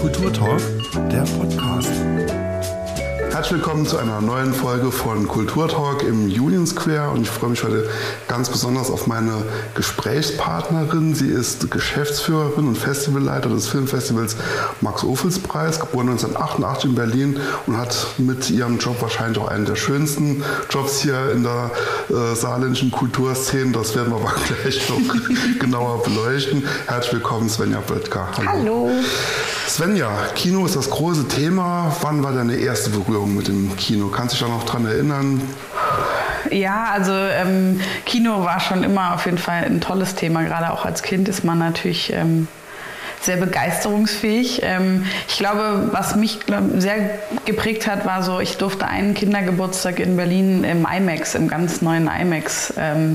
Kulturtalk, der Podcast. Herzlich willkommen zu einer neuen Folge von Kulturtalk im Union Square und ich freue mich heute ganz besonders auf meine Gesprächspartnerin. Sie ist Geschäftsführerin und Festivalleiter des Filmfestivals Max-Ophüls-Preis, geboren 1988 in Berlin und hat mit ihrem Job wahrscheinlich auch einen der schönsten Jobs hier in der saarländischen Kulturszene. Das werden wir aber gleich noch genauer beleuchten. Herzlich willkommen, Svenja Böttger. Hallo. Svenja, Kino ist das große Thema. Wann war deine erste Berührung mit dem Kino? Kannst du dich da noch dran erinnern? Ja, also Kino war schon immer auf jeden Fall ein tolles Thema. Gerade auch als Kind ist man natürlich sehr begeisterungsfähig. Ich glaube, was mich sehr geprägt hat, war so, ich durfte einen Kindergeburtstag in Berlin im IMAX, im ganz neuen IMAX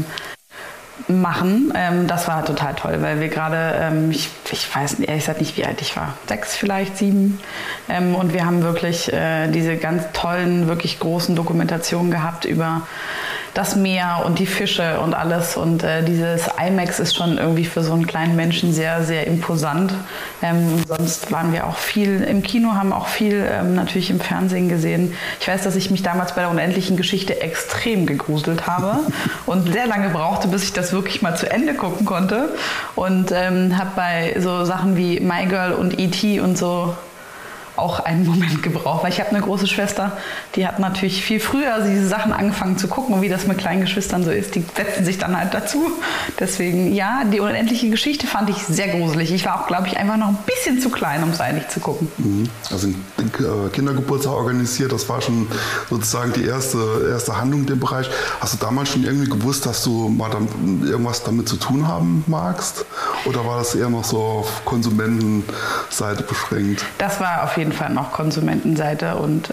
machen. Das war total toll, weil wir gerade, ich weiß ehrlich gesagt nicht, wie alt ich war, 6 vielleicht, 7. Und wir haben wirklich diese ganz tollen, wirklich großen Dokumentationen gehabt über das Meer und die Fische und alles. Und dieses IMAX ist schon irgendwie für so einen kleinen Menschen sehr, sehr imposant. Sonst waren wir auch viel im Kino, haben auch viel natürlich im Fernsehen gesehen. Ich weiß, dass ich mich damals bei der unendlichen Geschichte extrem gegruselt habe und sehr lange brauchte, bis ich das wirklich mal zu Ende gucken konnte. Und habe bei so Sachen wie My Girl und E.T. und so auch einen Moment gebraucht, weil ich habe eine große Schwester, die hat natürlich viel früher diese Sachen angefangen zu gucken und wie das mit kleinen Geschwistern so ist, die setzen sich dann halt dazu. Deswegen, ja, die unendliche Geschichte fand ich sehr gruselig. Ich war auch, glaube ich, einfach noch ein bisschen zu klein, um es eigentlich zu gucken. Also ein Kindergeburtstag organisiert, das war schon sozusagen die erste Handlung in dem Bereich. Hast du damals schon irgendwie gewusst, dass du mal irgendwas damit zu tun haben magst? Oder war das eher noch so auf Konsumentenseite beschränkt? Das war auf jeden Fall noch Konsumentenseite und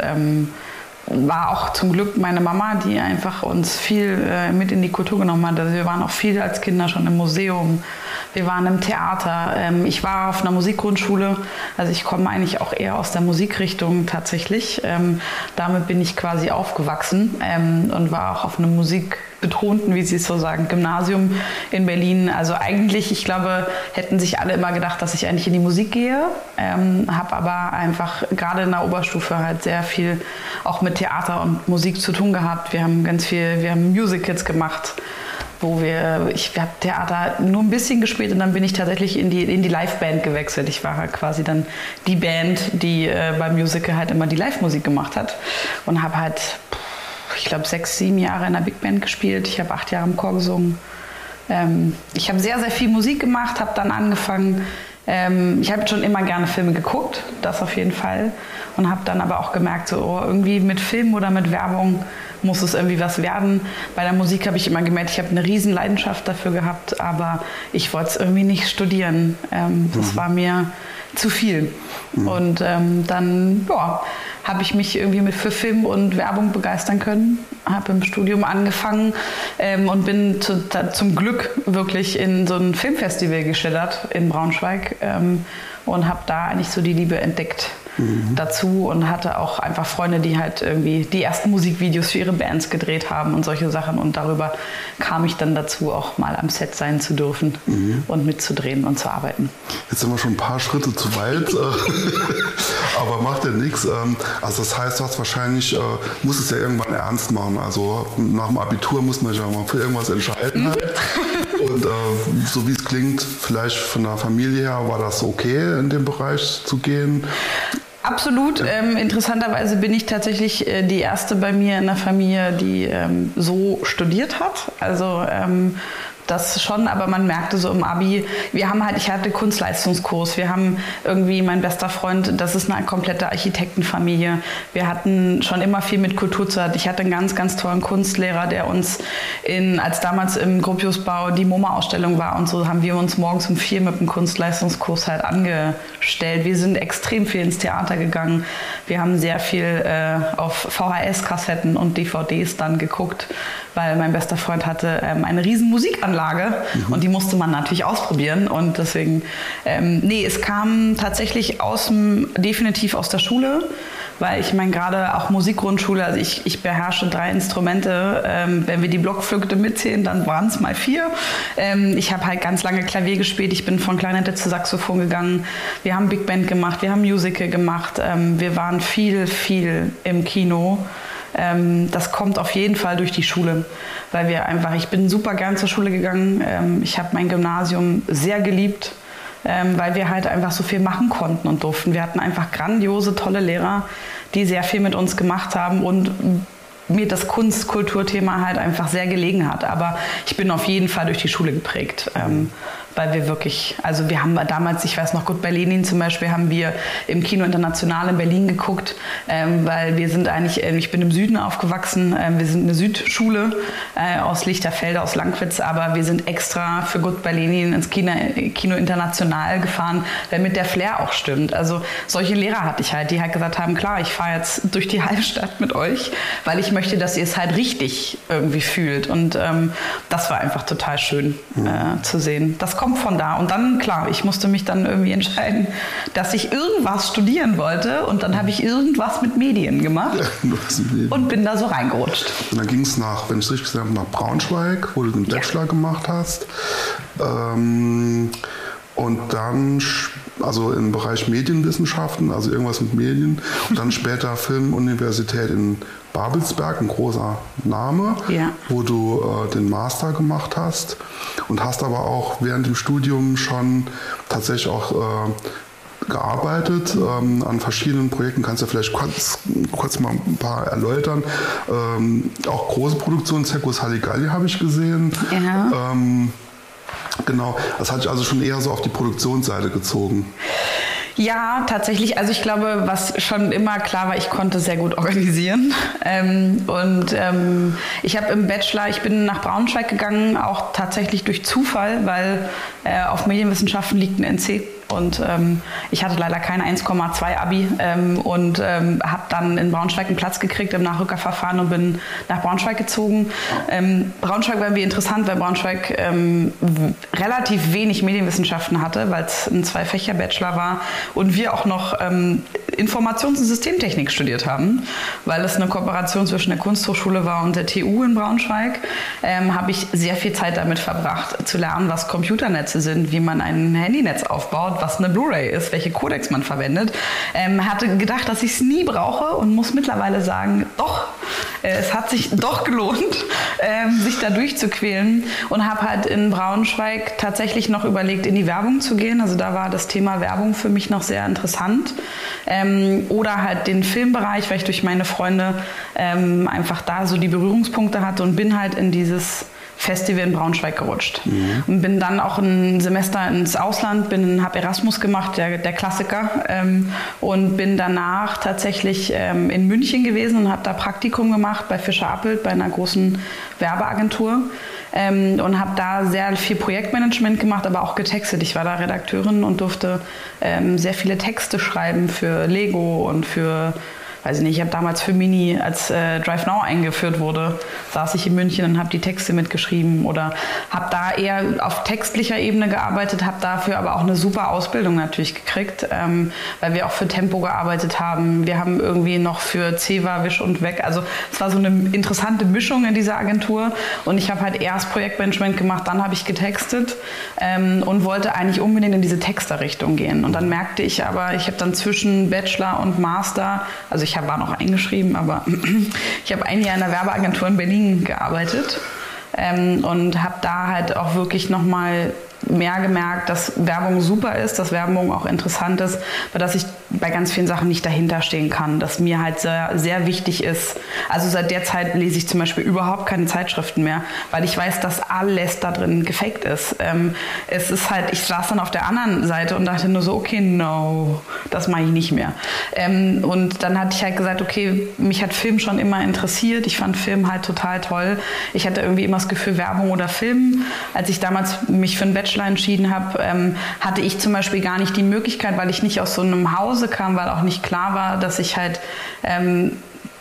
war auch zum Glück meine Mama, die einfach uns viel mit in die Kultur genommen hat. Also wir waren auch viel als Kinder schon im Museum, wir waren im Theater. Ich war auf einer Musikgrundschule, also ich komme eigentlich auch eher aus der Musikrichtung tatsächlich. Damit bin ich quasi aufgewachsen und war auch auf einem musikbetonten, wie Sie es so sagen, Gymnasium in Berlin. Also eigentlich, ich glaube, hätten sich alle immer gedacht, dass ich eigentlich in die Musik gehe. Habe aber einfach gerade in der Oberstufe halt sehr viel auch mit Theater und Musik zu tun gehabt. Wir haben Musicals gemacht, ich habe Theater nur ein bisschen gespielt und dann bin ich tatsächlich in die Liveband gewechselt. Ich war halt quasi dann die Band, die beim Musical halt immer die Live-Musik gemacht hat und habe halt, ich glaube, 6, 7 Jahre in der Big Band gespielt. Ich habe 8 Jahre im Chor gesungen. Ich habe sehr, sehr viel Musik gemacht, habe dann angefangen. Ich habe schon immer gerne Filme geguckt, das auf jeden Fall. Und habe dann aber auch gemerkt, so irgendwie mit Film oder mit Werbung muss es irgendwie was werden. Bei der Musik habe ich immer gemerkt, ich habe eine riesen Leidenschaft dafür gehabt, aber ich wollte es irgendwie nicht studieren. Das war mir zu viel. Und dann habe ich mich irgendwie für Film und Werbung begeistern können. Habe im Studium angefangen und bin zum Glück wirklich in so ein Filmfestival geschlittert in Braunschweig und habe da eigentlich so die Liebe entdeckt dazu und hatte auch einfach Freunde, die halt irgendwie die ersten Musikvideos für ihre Bands gedreht haben und solche Sachen. Und darüber kam ich dann dazu, auch mal am Set sein zu dürfen und mitzudrehen und zu arbeiten. Jetzt sind wir schon ein paar Schritte zu weit, aber macht ja nichts. Also das heißt, du hast wahrscheinlich, musst es ja irgendwann ernst machen. Also nach dem Abitur muss man sich ja mal für irgendwas entscheiden. Halt. Und so wie es klingt, vielleicht von der Familie her, war das okay, in den Bereich zu gehen? Absolut. Interessanterweise bin ich tatsächlich die erste bei mir in der Familie, die so studiert hat. Also das schon, aber man merkte so im Abi, ich hatte Kunstleistungskurs, wir haben irgendwie, mein bester Freund, das ist eine komplette Architektenfamilie, wir hatten schon immer viel mit Kultur zu tun. Ich hatte einen ganz, ganz tollen Kunstlehrer, der uns als damals im Gropiusbau die MoMA-Ausstellung war und so, haben wir uns morgens um 4 mit dem Kunstleistungskurs halt angestellt. Wir sind extrem viel ins Theater gegangen, wir haben sehr viel auf VHS-Kassetten und DVDs dann geguckt, weil mein bester Freund hatte eine riesen Musikanlage und die musste man natürlich ausprobieren und deswegen, es kam tatsächlich definitiv aus der Schule, weil ich meine, gerade auch Musikgrundschule, also ich beherrsche 3 Instrumente. Wenn wir die Blockflöte mitzählen, dann waren es mal 4. Ich habe halt ganz lange Klavier gespielt. Ich bin von Klarinette zu Saxophon gegangen. Wir haben Big Band gemacht, wir haben Musical gemacht. Wir waren viel im Kino. Das kommt auf jeden Fall durch die Schule, weil ich bin super gern zur Schule gegangen. Ich habe mein Gymnasium sehr geliebt, weil wir halt einfach so viel machen konnten und durften. Wir hatten einfach grandiose, tolle Lehrer, die sehr viel mit uns gemacht haben und mir das Kunst-Kulturthema halt einfach sehr gelegen hat. Aber ich bin auf jeden Fall durch die Schule geprägt. Weil wir wirklich, also wir haben damals, ich weiß noch, Goodbye Lenin zum Beispiel, haben wir im Kino International in Berlin geguckt, weil wir sind eigentlich, ich bin im Süden aufgewachsen, wir sind eine Südschule aus Lichterfelde, aus Langwitz, aber wir sind extra für Goodbye Lenin ins Kino International gefahren, damit der Flair auch stimmt. Also solche Lehrer hatte ich halt, die halt gesagt haben, klar, ich fahre jetzt durch die Halbstadt mit euch, weil ich möchte, dass ihr es halt richtig irgendwie fühlt. Und das war einfach total schön zu sehen. Das kommt von da. Und dann, klar, ich musste mich dann irgendwie entscheiden, dass ich irgendwas studieren wollte. Und dann habe ich irgendwas mit Medien gemacht und bin da so reingerutscht. Und dann ging es nach, wenn ich es richtig gesagt habe, nach Braunschweig, wo du den Bachelor gemacht hast. Und dann, also im Bereich Medienwissenschaften, also irgendwas mit Medien. Und dann später Filmuniversität in Babelsberg, ein großer Name, wo du den Master gemacht hast und hast aber auch während dem Studium schon tatsächlich auch gearbeitet an verschiedenen Projekten. Kannst du vielleicht kurz mal ein paar erläutern. Auch große Produktionen, Zirkus Halligalli habe ich gesehen. Ja. Genau, das hat dich also schon eher so auf die Produktionsseite gezogen. Ja, tatsächlich. Also ich glaube, was schon immer klar war, ich konnte sehr gut organisieren. Ich habe im Bachelor, ich bin nach Braunschweig gegangen, auch tatsächlich durch Zufall, weil auf Medienwissenschaften liegt ein NC. Und ich hatte leider kein 1,2 Abi und habe dann in Braunschweig einen Platz gekriegt im Nachrückerverfahren und bin nach Braunschweig gezogen. Braunschweig war irgendwie interessant, weil Braunschweig relativ wenig Medienwissenschaften hatte, weil es ein 2-Fächer-Bachelor war und wir auch noch Informations- und Systemtechnik studiert haben, weil es eine Kooperation zwischen der Kunsthochschule war und der TU in Braunschweig. Habe ich sehr viel Zeit damit verbracht, zu lernen, was Computernetze sind, wie man ein Handynetz aufbaut, was eine Blu-ray ist, welche Codecs man verwendet. Hatte gedacht, dass ich es nie brauche und muss mittlerweile sagen, doch, es hat sich doch gelohnt, sich da durchzuquälen und habe halt in Braunschweig tatsächlich noch überlegt, in die Werbung zu gehen. Also da war das Thema Werbung für mich noch sehr interessant. Oder halt den Filmbereich, weil ich durch meine Freunde einfach da so die Berührungspunkte hatte und bin halt in dieses Festival in Braunschweig gerutscht. Und bin dann auch ein Semester ins Ausland, habe Erasmus gemacht, der Klassiker, und bin danach tatsächlich in München gewesen und habe da Praktikum gemacht bei Fischer Appelt, bei einer großen Werbeagentur, und habe da sehr viel Projektmanagement gemacht, aber auch getextet. Ich war da Redakteurin und durfte sehr viele Texte schreiben für Lego und für, weiß ich nicht, ich habe damals für Mini, als Drive Now eingeführt wurde, saß ich in München und habe die Texte mitgeschrieben oder habe da eher auf textlicher Ebene gearbeitet, habe dafür aber auch eine super Ausbildung natürlich gekriegt, weil wir auch für Tempo gearbeitet haben. Wir haben irgendwie noch für Ceva, Wisch und Weg, also es war so eine interessante Mischung in dieser Agentur und ich habe halt erst Projektmanagement gemacht, dann habe ich getextet und wollte eigentlich unbedingt in diese Texterrichtung gehen und dann merkte ich aber, ich habe dann zwischen Bachelor und Master, also ich war noch eingeschrieben, aber ich habe ein Jahr in der Werbeagentur in Berlin gearbeitet und habe da halt auch wirklich nochmal mehr gemerkt, dass Werbung super ist, dass Werbung auch interessant ist, aber dass ich bei ganz vielen Sachen nicht dahinter stehen kann, dass mir halt sehr, sehr wichtig ist. Also seit der Zeit lese ich zum Beispiel überhaupt keine Zeitschriften mehr, weil ich weiß, dass alles da drin gefaked ist. Es ist halt, ich saß dann auf der anderen Seite und dachte nur so, okay, no, das mache ich nicht mehr. Und dann hatte ich halt gesagt, okay, mich hat Film schon immer interessiert, ich fand Film halt total toll. Ich hatte irgendwie immer das Gefühl, Werbung oder Film. Als ich damals mich für einen Bachelor entschieden habe, hatte ich zum Beispiel gar nicht die Möglichkeit, weil ich nicht aus so einem Hause kam, weil auch nicht klar war, dass ich halt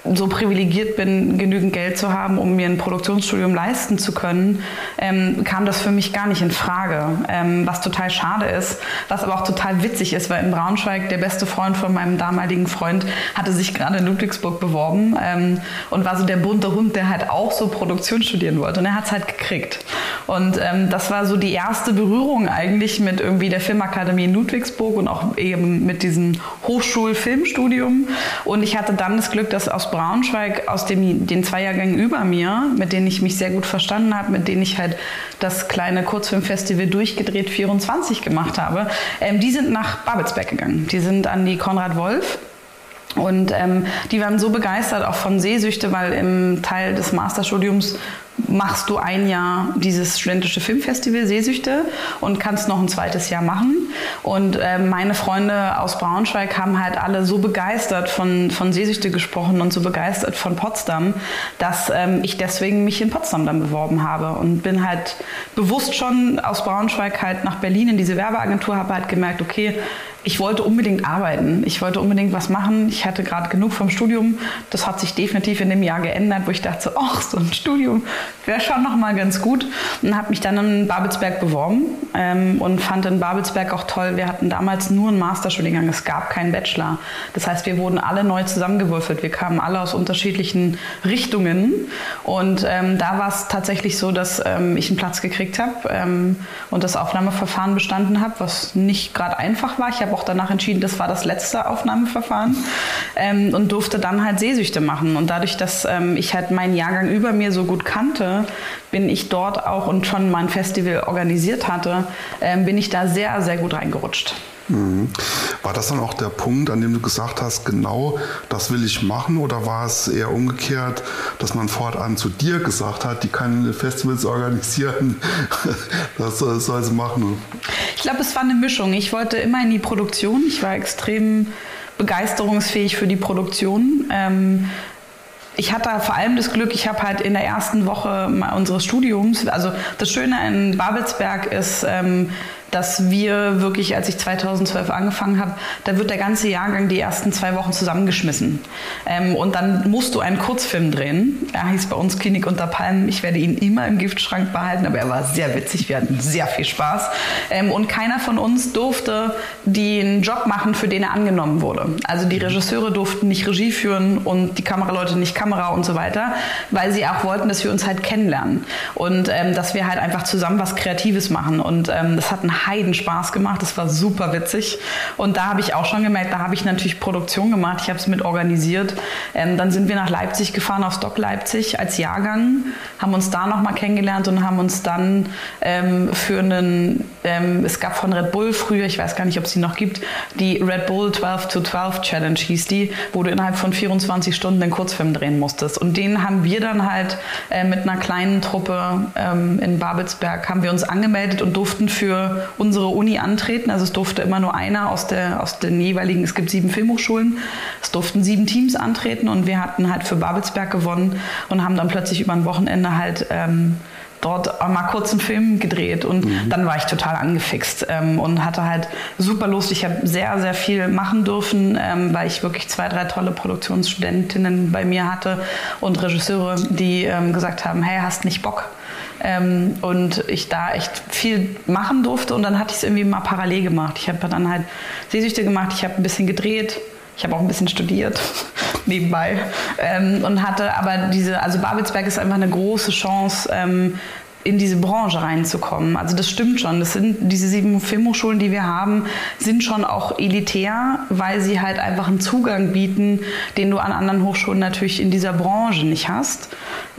so privilegiert bin, genügend Geld zu haben, um mir ein Produktionsstudium leisten zu können, kam das für mich gar nicht in Frage. Was total schade ist, was aber auch total witzig ist, weil in Braunschweig der beste Freund von meinem damaligen Freund hatte sich gerade in Ludwigsburg beworben und war so der bunte Hund, der halt auch so Produktion studieren wollte. Und er hat es halt gekriegt. Und das war so die erste Berührung eigentlich mit irgendwie der Filmakademie in Ludwigsburg und auch eben mit diesem Hochschulfilmstudium. Und ich hatte dann das Glück, dass aus Braunschweig, aus den 2 Jahrgängen über mir, mit denen ich mich sehr gut verstanden habe, mit denen ich halt das kleine Kurzfilmfestival Durchgedreht 24 gemacht habe, die sind nach Babelsberg gegangen. Die sind an die Konrad Wolf. Und die waren so begeistert auch von Sehsüchte, weil im Teil des Masterstudiums machst du ein Jahr dieses studentische Filmfestival Sehsüchte und kannst noch ein 2. Jahr machen. Und meine Freunde aus Braunschweig haben halt alle so begeistert von Sehsüchte gesprochen und so begeistert von Potsdam, dass ich deswegen mich in Potsdam dann beworben habe und bin halt bewusst schon aus Braunschweig halt nach Berlin in diese Werbeagentur, habe halt gemerkt, okay, ich wollte unbedingt arbeiten. Ich wollte unbedingt was machen. Ich hatte gerade genug vom Studium. Das hat sich definitiv in dem Jahr geändert, wo ich dachte, ach, so ein Studium wäre schon noch mal ganz gut. Und habe mich dann in Babelsberg beworben und fand in Babelsberg auch toll. Wir hatten damals nur einen Masterstudiengang. Es gab keinen Bachelor. Das heißt, wir wurden alle neu zusammengewürfelt. Wir kamen alle aus unterschiedlichen Richtungen. Und da war es tatsächlich so, dass ich einen Platz gekriegt habe und das Aufnahmeverfahren bestanden habe, was nicht gerade einfach war. Ich habe auch danach entschieden, das war das letzte Aufnahmeverfahren und durfte dann halt Sehsüchte machen. Und dadurch, dass ich halt meinen Jahrgang über mir so gut kannte, bin ich dort auch und schon mein Festival organisiert hatte, bin ich da sehr, sehr gut reingerutscht. War das dann auch der Punkt, an dem du gesagt hast, genau das will ich machen, oder war es eher umgekehrt, dass man fortan zu dir gesagt hat, die kann Festivals organisieren, das soll sie machen? Ich glaube, es war eine Mischung. Ich wollte immer in die Produktion. Ich war extrem begeisterungsfähig für die Produktion. Ich hatte vor allem das Glück, ich habe halt in der ersten Woche unseres Studiums, also das Schöne in Babelsberg ist, dass wir wirklich, als ich 2012 angefangen habe, da wird der ganze Jahrgang die ersten 2 Wochen zusammengeschmissen. Und dann musst du einen Kurzfilm drehen. Er hieß bei uns Klinik unter Palmen. Ich werde ihn immer im Giftschrank behalten, aber er war sehr witzig. Wir hatten sehr viel Spaß. Und keiner von uns durfte den Job machen, für den er angenommen wurde. Also die Regisseure durften nicht Regie führen und die Kameraleute nicht Kamera und so weiter, weil sie auch wollten, dass wir uns halt kennenlernen und dass wir halt einfach zusammen was Kreatives machen. Und das hat einen Heidenspaß gemacht, das war super witzig. Und da habe ich auch schon gemerkt, da habe ich natürlich Produktion gemacht, ich habe es mit organisiert. Dann sind wir nach Leipzig gefahren, auf Stock Leipzig als Jahrgang, haben uns da nochmal kennengelernt und haben uns dann für es gab von Red Bull früher, ich weiß gar nicht, ob es die noch gibt, die Red Bull 12 to 12 Challenge hieß die, wo du innerhalb von 24 Stunden einen Kurzfilm drehen musstest. Und den haben wir dann halt mit einer kleinen Truppe in Babelsberg, haben wir uns angemeldet und durften für unsere Uni antreten. Also es durfte immer nur einer aus den jeweiligen, es gibt 7 Filmhochschulen, es durften 7 Teams antreten und wir hatten halt für Babelsberg gewonnen und haben dann plötzlich über ein Wochenende halt dort mal kurz einen Film gedreht und dann war ich total angefixt und hatte halt super Lust. Ich habe sehr, sehr viel machen dürfen, weil ich wirklich 2, 3 tolle Produktionsstudentinnen bei mir hatte und Regisseure, die gesagt haben, hey, hast nicht Bock? Und ich da echt viel machen durfte und dann hatte ich es irgendwie mal parallel gemacht. Ich habe dann halt Sehsüchte gemacht, ich habe ein bisschen gedreht, ich habe auch ein bisschen studiert nebenbei und hatte aber also Babelsberg ist einfach eine große Chance, in diese Branche reinzukommen. Also das stimmt schon. Das sind diese 7 Filmhochschulen, die wir haben, sind schon auch elitär, weil sie halt einfach einen Zugang bieten, den du an anderen Hochschulen natürlich in dieser Branche nicht hast.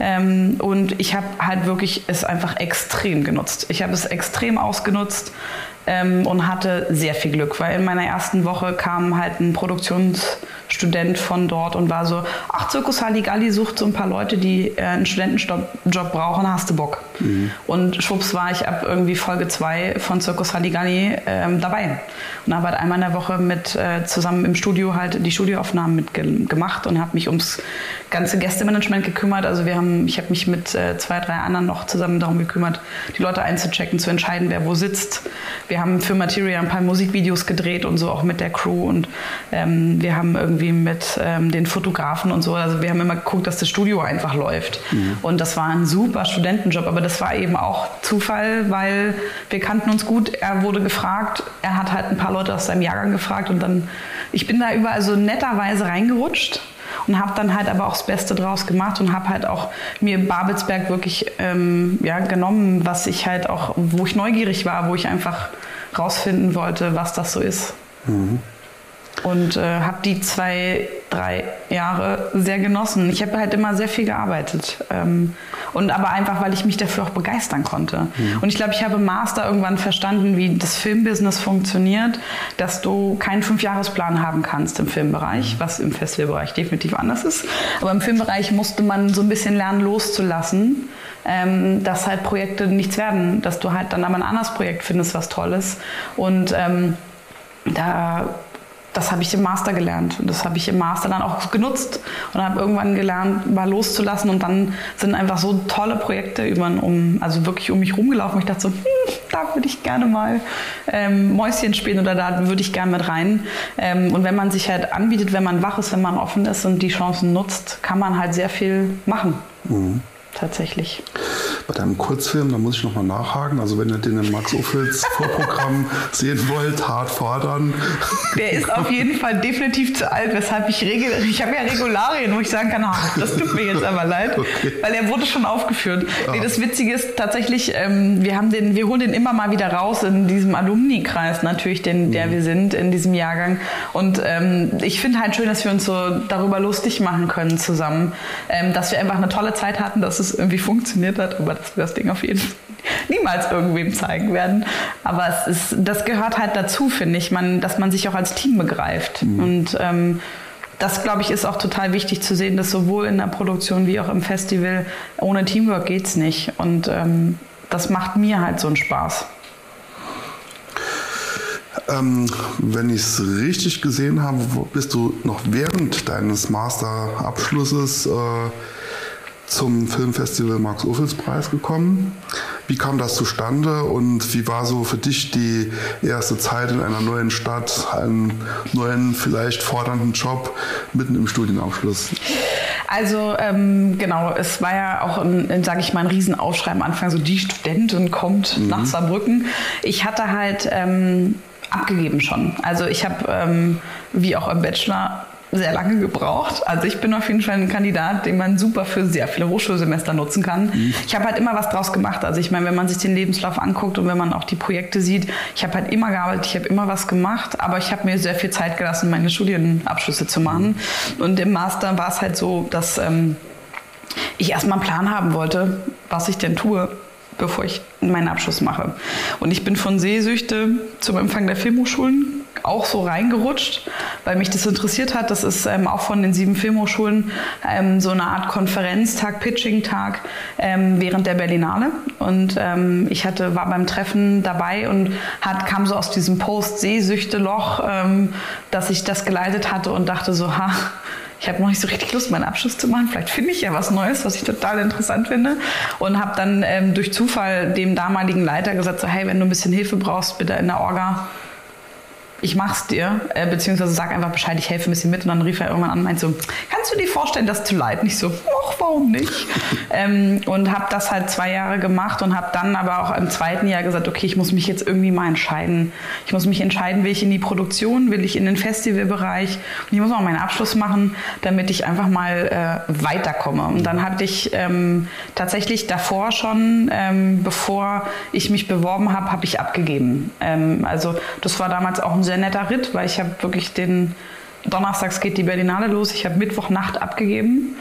Und ich habe halt wirklich es einfach extrem genutzt. Ich habe es extrem ausgenutzt und hatte sehr viel Glück, weil in meiner ersten Woche kam halt ein Produktionsstudent von dort und war so, ach, Circus Halligalli sucht so ein paar Leute, die einen Studentenjob brauchen, hast du Bock? Und schwupps war ich ab irgendwie Folge 2 von Circus Halligalli dabei und habe halt einmal in der Woche zusammen im Studio halt die Studioaufnahmen mitgemacht und habe mich ums ganze Gästemanagement gekümmert. Also ich habe mich mit 2, 3 anderen noch zusammen darum gekümmert, die Leute einzuchecken, zu entscheiden, wer wo sitzt. Wir haben für Materia ein paar Musikvideos gedreht und so auch mit der Crew und wir haben irgendwie mit den Fotografen und so, also wir haben immer geguckt, dass das Studio einfach läuft. Und das war ein super Studentenjob, aber das war eben auch Zufall, weil wir kannten uns gut. Er wurde gefragt, er hat halt ein paar Leute aus seinem Jahrgang gefragt und dann, ich bin da überall so netterweise reingerutscht und habe dann halt aber auch das Beste draus gemacht und habe halt auch mir Babelsberg wirklich genommen, was ich halt auch, wo ich neugierig war, wo ich einfach rausfinden wollte, was das so ist. Und habe die 2, 3 Jahre sehr genossen. Ich habe halt immer sehr viel gearbeitet. Und aber einfach, weil ich mich dafür auch begeistern konnte. Und ich glaube, ich habe im Master irgendwann verstanden, wie das Filmbusiness funktioniert, dass du keinen 5-Jahresplan haben kannst im Filmbereich, was im Festivalbereich definitiv anders ist. Aber im Filmbereich musste man so ein bisschen lernen, loszulassen, dass halt Projekte nichts werden, dass du halt dann aber ein anderes Projekt findest, was toll ist. Und das habe ich im Master gelernt und das habe ich im Master dann auch genutzt und habe irgendwann gelernt, mal loszulassen und dann sind einfach so tolle Projekte wirklich um mich rumgelaufen und ich dachte so, da würde ich gerne mal Mäuschen spielen oder da würde ich gerne mit rein. Und wenn man sich halt anbietet, wenn man wach ist, wenn man offen ist und die Chancen nutzt, kann man halt sehr viel machen. Tatsächlich. Bei deinem Kurzfilm, da muss ich nochmal nachhaken, also wenn ihr den im Max Ophüls Vorprogramm sehen wollt, hart fordern. Der ist auf jeden Fall definitiv zu alt, weshalb ich habe ja Regularien, wo ich sagen kann, das tut mir jetzt aber leid, weil er wurde schon aufgeführt. Nee, das Witzige ist tatsächlich, wir holen den immer mal wieder raus in diesem Alumni-Kreis natürlich, der wir sind in diesem Jahrgang und ich finde halt schön, dass wir uns so darüber lustig machen können zusammen, dass wir einfach eine tolle Zeit hatten, dass es irgendwie funktioniert hat, aber dass wir das Ding auf jeden Fall niemals irgendwem zeigen werden. Aber das gehört halt dazu, finde ich, dass man sich auch als Team begreift. Und das, glaube ich, ist auch total wichtig zu sehen, dass sowohl in der Produktion wie auch im Festival ohne Teamwork geht's nicht. Und das macht mir halt so einen Spaß. Wenn ich es richtig gesehen habe, bist du noch während deines Masterabschlusses zum Filmfestival Max Ophüls Preis gekommen. Wie kam das zustande und wie war so für dich die erste Zeit in einer neuen Stadt, einem neuen, vielleicht fordernden Job mitten im Studienabschluss? Also genau, es war ja auch ein Riesenaufschrei am Anfang, so die Studentin kommt nach Saarbrücken. Ich hatte halt abgegeben schon. Also ich habe, wie auch im Bachelor, sehr lange gebraucht. Also ich bin auf jeden Fall ein Kandidat, den man super für sehr viele Hochschulsemester nutzen kann. Ich habe halt immer was draus gemacht. Also ich meine, wenn man sich den Lebenslauf anguckt und wenn man auch die Projekte sieht, ich habe halt immer gearbeitet, ich habe immer was gemacht, aber ich habe mir sehr viel Zeit gelassen, meine Studienabschlüsse zu machen. Und im Master war es halt so, dass ich erstmal einen Plan haben wollte, was ich denn tue, bevor ich meinen Abschluss mache. Und ich bin von Sehsüchte zum Empfang der Filmhochschulen auch so reingerutscht, weil mich das interessiert hat. Das ist auch von den 7 Filmhochschulen so eine Art Konferenztag, Pitching-Tag während der Berlinale. Und ich war beim Treffen dabei und kam so aus diesem Post-Sehsüchte-Loch, dass ich das geleitet hatte und dachte so, ich habe noch nicht so richtig Lust, meinen Abschluss zu machen. Vielleicht finde ich ja was Neues, was ich total interessant finde. Und habe dann durch Zufall dem damaligen Leiter gesagt, so, hey, wenn du ein bisschen Hilfe brauchst, bitte in der Orga, ich mach's dir, beziehungsweise sag einfach Bescheid, ich helfe ein bisschen mit. Und dann rief er irgendwann an und meinte so, kannst du dir vorstellen, das zu leiten? Ich so, ach, warum nicht? Und habe das halt 2 Jahre gemacht und habe dann aber auch im 2. Jahr gesagt, okay, ich muss mich jetzt irgendwie mal entscheiden. Ich muss mich entscheiden, will ich in die Produktion, will ich in den Festivalbereich? Und ich muss auch meinen Abschluss machen, damit ich einfach mal weiterkomme. Und dann hatte ich tatsächlich davor schon, bevor ich mich beworben habe, habe ich abgegeben. Also das war damals auch ein sehr netter Ritt, weil ich habe wirklich donnerstags geht die Berlinale los, ich habe Mittwochnacht abgegeben.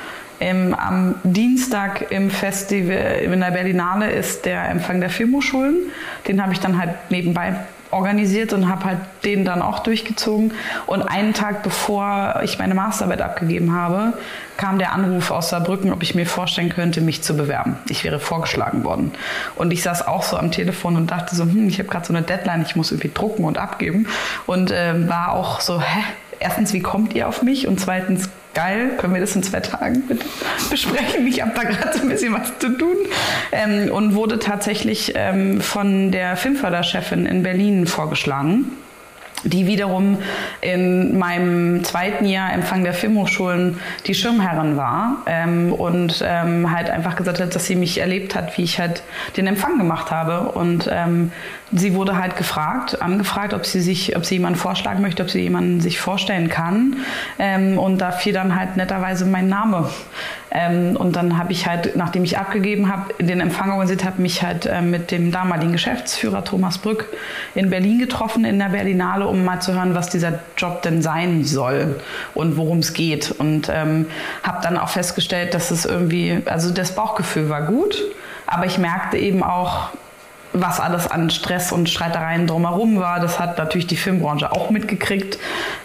Am Dienstag im Festival, in der Berlinale ist der Empfang der Filmhochschulen. Den habe ich dann halt nebenbei organisiert und habe halt den dann auch durchgezogen. Und einen Tag bevor ich meine Masterarbeit abgegeben habe, kam der Anruf aus Saarbrücken, ob ich mir vorstellen könnte, mich zu bewerben. Ich wäre vorgeschlagen worden. Und ich saß auch so am Telefon und dachte so, ich habe gerade so eine Deadline, ich muss irgendwie drucken und abgeben. Und war auch so, erstens, wie kommt ihr auf mich? Und zweitens, geil, können wir das in 2 Tagen bitte besprechen? Ich habe da gerade so ein bisschen was zu tun. Und wurde tatsächlich von der Filmförderchefin in Berlin vorgeschlagen, die wiederum in meinem 2. Jahr Empfang der Filmhochschulen die Schirmherrin war und halt einfach gesagt hat, dass sie mich erlebt hat, wie ich halt den Empfang gemacht habe. Und sie wurde halt angefragt, ob sie jemanden vorschlagen möchte, ob sie jemanden sich vorstellen kann. Und da fiel dann halt netterweise mein Name. Und dann habe ich halt, nachdem ich abgegeben habe, den Empfang organisiert habe, mich halt mit dem damaligen Geschäftsführer Thomas Brück in Berlin getroffen, in der Berlinale, um mal zu hören, was dieser Job denn sein soll und worum es geht. Und habe dann auch festgestellt, dass es irgendwie, also das Bauchgefühl war gut, aber ich merkte eben auch, was alles an Stress und Streitereien drumherum war. Das hat natürlich die Filmbranche auch mitgekriegt.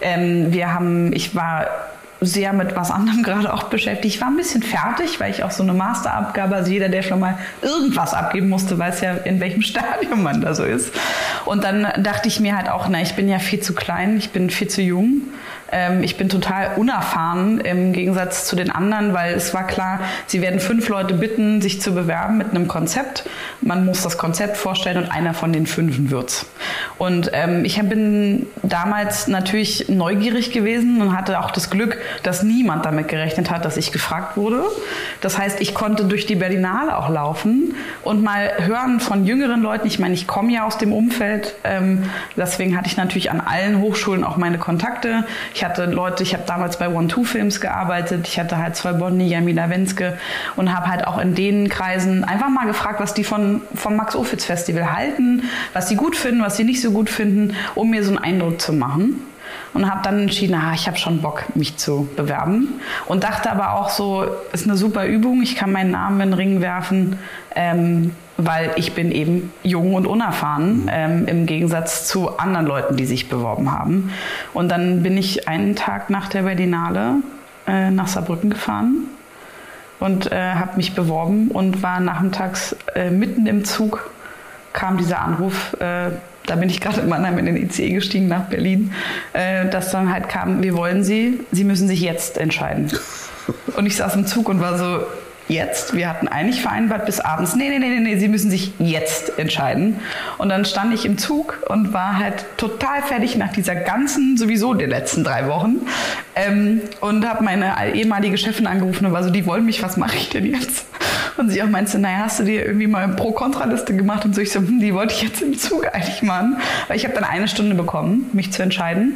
Ich war sehr mit was anderem gerade auch beschäftigt. Ich war ein bisschen fertig, weil ich auch so eine Masterabgabe, also jeder, der schon mal irgendwas abgeben musste, weiß ja, in welchem Stadium man da so ist. Und dann dachte ich mir halt auch, ich bin ja viel zu klein, ich bin viel zu jung. Ich bin total unerfahren im Gegensatz zu den anderen, weil es war klar, sie werden 5 Leute bitten, sich zu bewerben mit einem Konzept. Man muss das Konzept vorstellen und einer von den 5 wird's. Und ich bin damals natürlich neugierig gewesen und hatte auch das Glück, dass niemand damit gerechnet hat, dass ich gefragt wurde. Das heißt, ich konnte durch die Berlinale auch laufen und mal hören von jüngeren Leuten. Ich meine, ich komme ja aus dem Umfeld, deswegen hatte ich natürlich an allen Hochschulen auch meine Kontakte. Ich habe damals bei One2 Films gearbeitet, ich hatte halt 2 Bonnie, Jamila Wenske und habe halt auch in den Kreisen einfach mal gefragt, was die vom Max-Ophüls Festival halten, was sie gut finden, was sie nicht so gut finden, um mir so einen Eindruck zu machen. Und habe dann entschieden, ich habe schon Bock, mich zu bewerben. Und dachte aber auch so, ist eine super Übung, ich kann meinen Namen in den Ring werfen, weil ich bin eben jung und unerfahren, im Gegensatz zu anderen Leuten, die sich beworben haben. Und dann bin ich einen Tag nach der Berlinale nach Saarbrücken gefahren und habe mich beworben und war nachmittags mitten im Zug, kam dieser Anruf, da bin ich gerade in Mannheim in den ICE gestiegen nach Berlin, dass dann halt kam, wir wollen Sie müssen sich jetzt entscheiden. Und ich saß im Zug und war so, jetzt? Wir hatten eigentlich vereinbart bis abends, nee, Sie müssen sich jetzt entscheiden. Und dann stand ich im Zug und war halt total fertig nach dieser ganzen, sowieso den letzten 3 Wochen und habe meine ehemalige Chefin angerufen und war so, die wollen mich, was mache ich denn jetzt? Und sie auch meinte, hast du dir irgendwie mal eine Pro-Kontra-Liste gemacht? Und so, ich so, die wollte ich jetzt im Zug eigentlich machen. Weil ich habe dann 1 Stunde bekommen, mich zu entscheiden.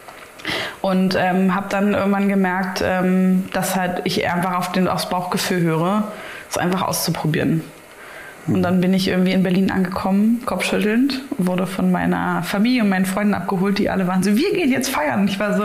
Und habe dann irgendwann gemerkt, dass halt ich einfach aufs Bauchgefühl höre, es einfach auszuprobieren. Und dann bin ich irgendwie in Berlin angekommen, kopfschüttelnd, wurde von meiner Familie und meinen Freunden abgeholt, die alle waren so, wir gehen jetzt feiern. Und ich war so,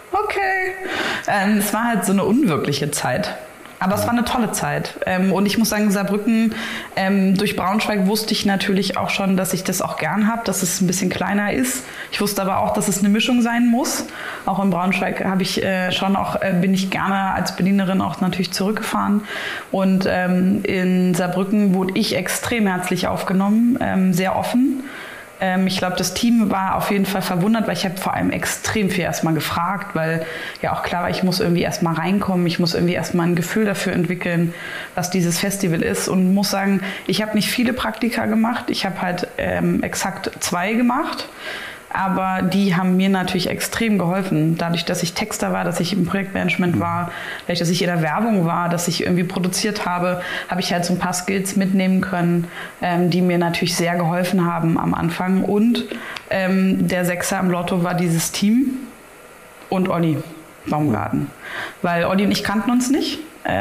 okay. Es war halt so eine unwirkliche Zeit. Aber es war eine tolle Zeit. Und ich muss sagen, Saarbrücken, durch Braunschweig wusste ich natürlich auch schon, dass ich das auch gern habe, dass es ein bisschen kleiner ist. Ich wusste aber auch, dass es eine Mischung sein muss. Auch in Braunschweig bin ich gerne als Berlinerin auch natürlich zurückgefahren. Und in Saarbrücken wurde ich extrem herzlich aufgenommen, sehr offen. Ich glaube, das Team war auf jeden Fall verwundert, weil ich habe vor allem extrem viel erstmal gefragt, weil ja auch klar war, ich muss irgendwie erstmal reinkommen, ich muss irgendwie erstmal ein Gefühl dafür entwickeln, was dieses Festival ist und muss sagen, ich habe nicht viele Praktika gemacht, ich habe halt exakt 2 gemacht. Aber die haben mir natürlich extrem geholfen. Dadurch, dass ich Texter war, dass ich im Projektmanagement war, dadurch, dass ich in der Werbung war, dass ich irgendwie produziert habe, habe ich halt so ein paar Skills mitnehmen können, die mir natürlich sehr geholfen haben am Anfang. Und der Sechser im Lotto war dieses Team und Olli Baumgarten. Weil Olli und ich kannten uns nicht.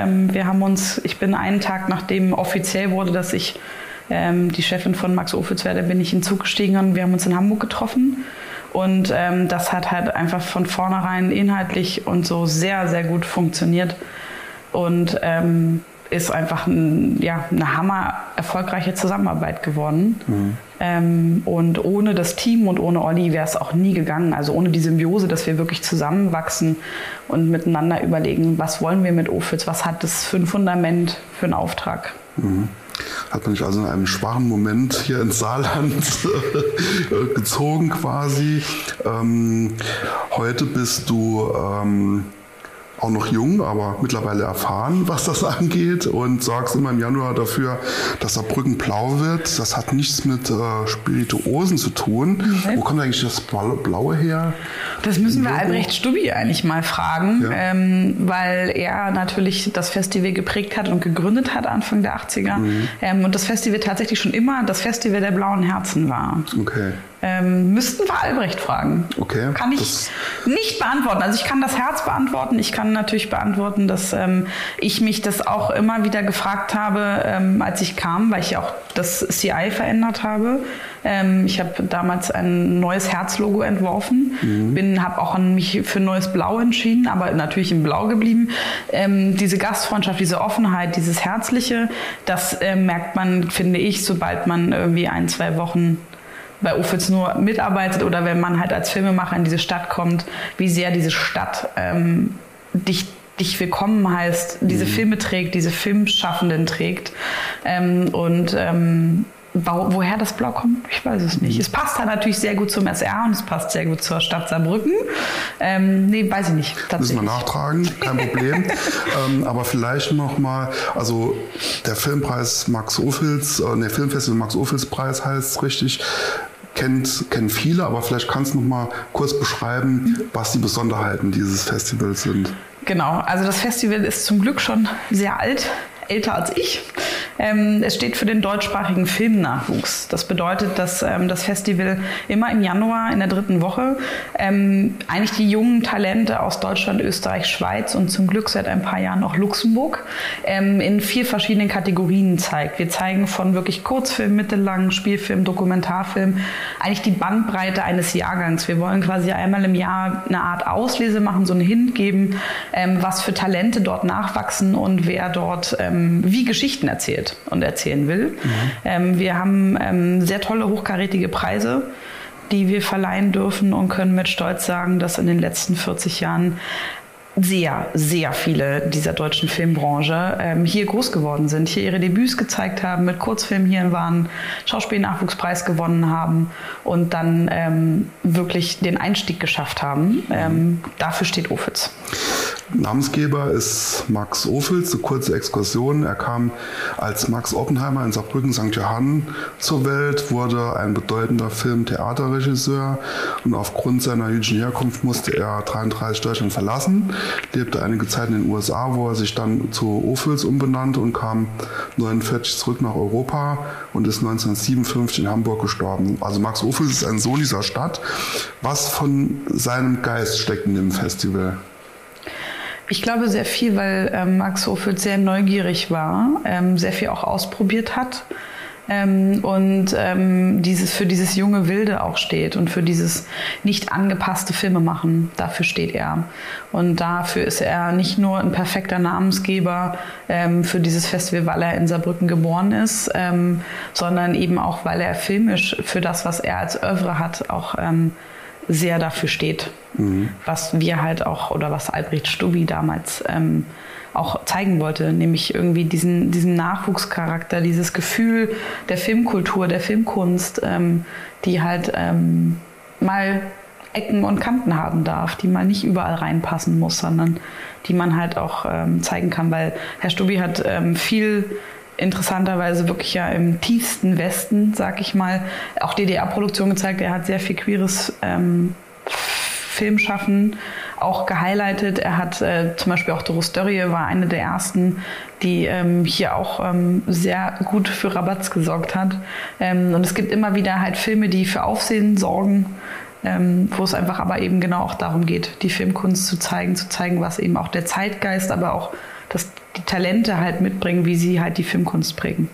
Ich bin einen Tag, nachdem offiziell wurde, dass ich die Chefin von Max Ophüls werde, bin ich in den Zug gestiegen und wir haben uns in Hamburg getroffen. Und das hat halt einfach von vornherein inhaltlich und so sehr, sehr gut funktioniert. Und ist einfach eine hammer erfolgreiche Zusammenarbeit geworden. Und ohne das Team und ohne Olli wäre es auch nie gegangen. Also ohne die Symbiose, dass wir wirklich zusammenwachsen und miteinander überlegen, was wollen wir mit Ophüls, was hat das für ein Fundament, für einen Auftrag. hat man dich also in einem schwachen Moment hier ins Saarland gezogen quasi. Heute bist du auch noch jung, aber mittlerweile erfahren, was das angeht und sorgst immer im Januar dafür, dass Saarbrücken blau wird. Das hat nichts mit Spirituosen zu tun. Wo kommt eigentlich das Blaue her? Das müssen wir Albrecht Stubbi eigentlich mal fragen, ja. Weil er natürlich das Festival geprägt hat und gegründet hat Anfang der 80er. Und das Festival tatsächlich schon immer das Festival der blauen Herzen war. Okay. Müssten wir Albrecht fragen. Okay. Kann ich nicht beantworten. Also ich kann das Herz beantworten. Ich kann natürlich beantworten, dass ich mich das auch immer wieder gefragt habe, als ich kam, weil ich auch das CI verändert habe. Ich habe damals ein neues Herzlogo entworfen, habe auch mich für ein neues Blau entschieden, aber natürlich im Blau geblieben. Diese Gastfreundschaft, diese Offenheit, dieses Herzliche, das merkt man, finde ich, sobald man irgendwie 1-2 Wochen bei Ophüls nur mitarbeitet oder wenn man halt als Filmemacher in diese Stadt kommt, wie sehr diese Stadt dich willkommen heißt, diese Filme trägt, diese Filmschaffenden trägt. Woher das Blau kommt, ich weiß es nicht. Es passt halt natürlich sehr gut zum SR und es passt sehr gut zur Stadt Saarbrücken. Weiß ich nicht. Müssen wir nachtragen, kein Problem. Aber vielleicht nochmal, also der Filmpreis Max Ophüls, Filmfestival Max Ophüls Preis heißt es richtig, kennen viele, aber vielleicht kannst du noch mal kurz beschreiben, was die Besonderheiten dieses Festivals sind. Genau, also das Festival ist zum Glück schon sehr alt, älter als ich. Es steht für den deutschsprachigen Filmnachwuchs. Das bedeutet, dass das Festival immer im Januar in der 3. Woche eigentlich die jungen Talente aus Deutschland, Österreich, Schweiz und zum Glück seit ein paar Jahren auch Luxemburg in 4 verschiedenen Kategorien zeigt. Wir zeigen von wirklich Kurzfilm, Mittellang, Spielfilm, Dokumentarfilm eigentlich die Bandbreite eines Jahrgangs. Wir wollen quasi einmal im Jahr eine Art Auslese machen, so einen Hint geben, was für Talente dort nachwachsen und wer dort wie Geschichten erzählt und erzählen will. Wir haben sehr tolle, hochkarätige Preise, die wir verleihen dürfen und können mit Stolz sagen, dass in den letzten 40 Jahren sehr, sehr viele dieser deutschen Filmbranche hier groß geworden sind, hier ihre Debüts gezeigt haben, mit Kurzfilmen hier waren, Schauspielnachwuchspreis gewonnen haben und dann wirklich den Einstieg geschafft haben. Dafür steht Ophüls. Namensgeber ist Max Ophüls, eine kurze Exkursion. Er kam als Max Oppenheimer in Saarbrücken St. Johann zur Welt, wurde ein bedeutender Film-Theaterregisseur und aufgrund seiner jüdischen Herkunft musste er 1933 Deutschland verlassen, lebte einige Zeit in den USA, wo er sich dann zu Ophüls umbenannte und kam 1949 zurück nach Europa und ist 1957 in Hamburg gestorben. Also Max Ophüls ist ein Sohn dieser Stadt. Was von seinem Geist steckt in dem Festival? Ich glaube sehr viel, weil Max Ophüls sehr neugierig war, sehr viel auch ausprobiert hat und für dieses junge Wilde auch steht und für dieses nicht angepasste Filmemachen, dafür steht er. Und dafür ist er nicht nur ein perfekter Namensgeber für dieses Festival, weil er in Saarbrücken geboren ist, sondern eben auch, weil er filmisch für das, was er als Œuvre hat, auch sehr dafür steht, was wir halt auch oder was Albrecht Stubbi damals auch zeigen wollte, nämlich irgendwie diesen Nachwuchscharakter, dieses Gefühl der Filmkultur, der Filmkunst, die halt mal Ecken und Kanten haben darf, die mal nicht überall reinpassen muss, sondern die man halt auch zeigen kann, weil Herr Stubbi hat viel interessanterweise wirklich ja im tiefsten Westen, sag ich mal, auch DDR-Produktion gezeigt. Er hat sehr viel queeres Filmschaffen auch gehighlightet. Er hat zum Beispiel auch Doris Dörrie war eine der ersten, die hier auch sehr gut für Rabatz gesorgt hat. Und es gibt immer wieder halt Filme, die für Aufsehen sorgen, wo es einfach aber eben genau auch darum geht, die Filmkunst zu zeigen, was eben auch der Zeitgeist, aber auch dass die Talente halt mitbringen, wie sie halt die Filmkunst prägen.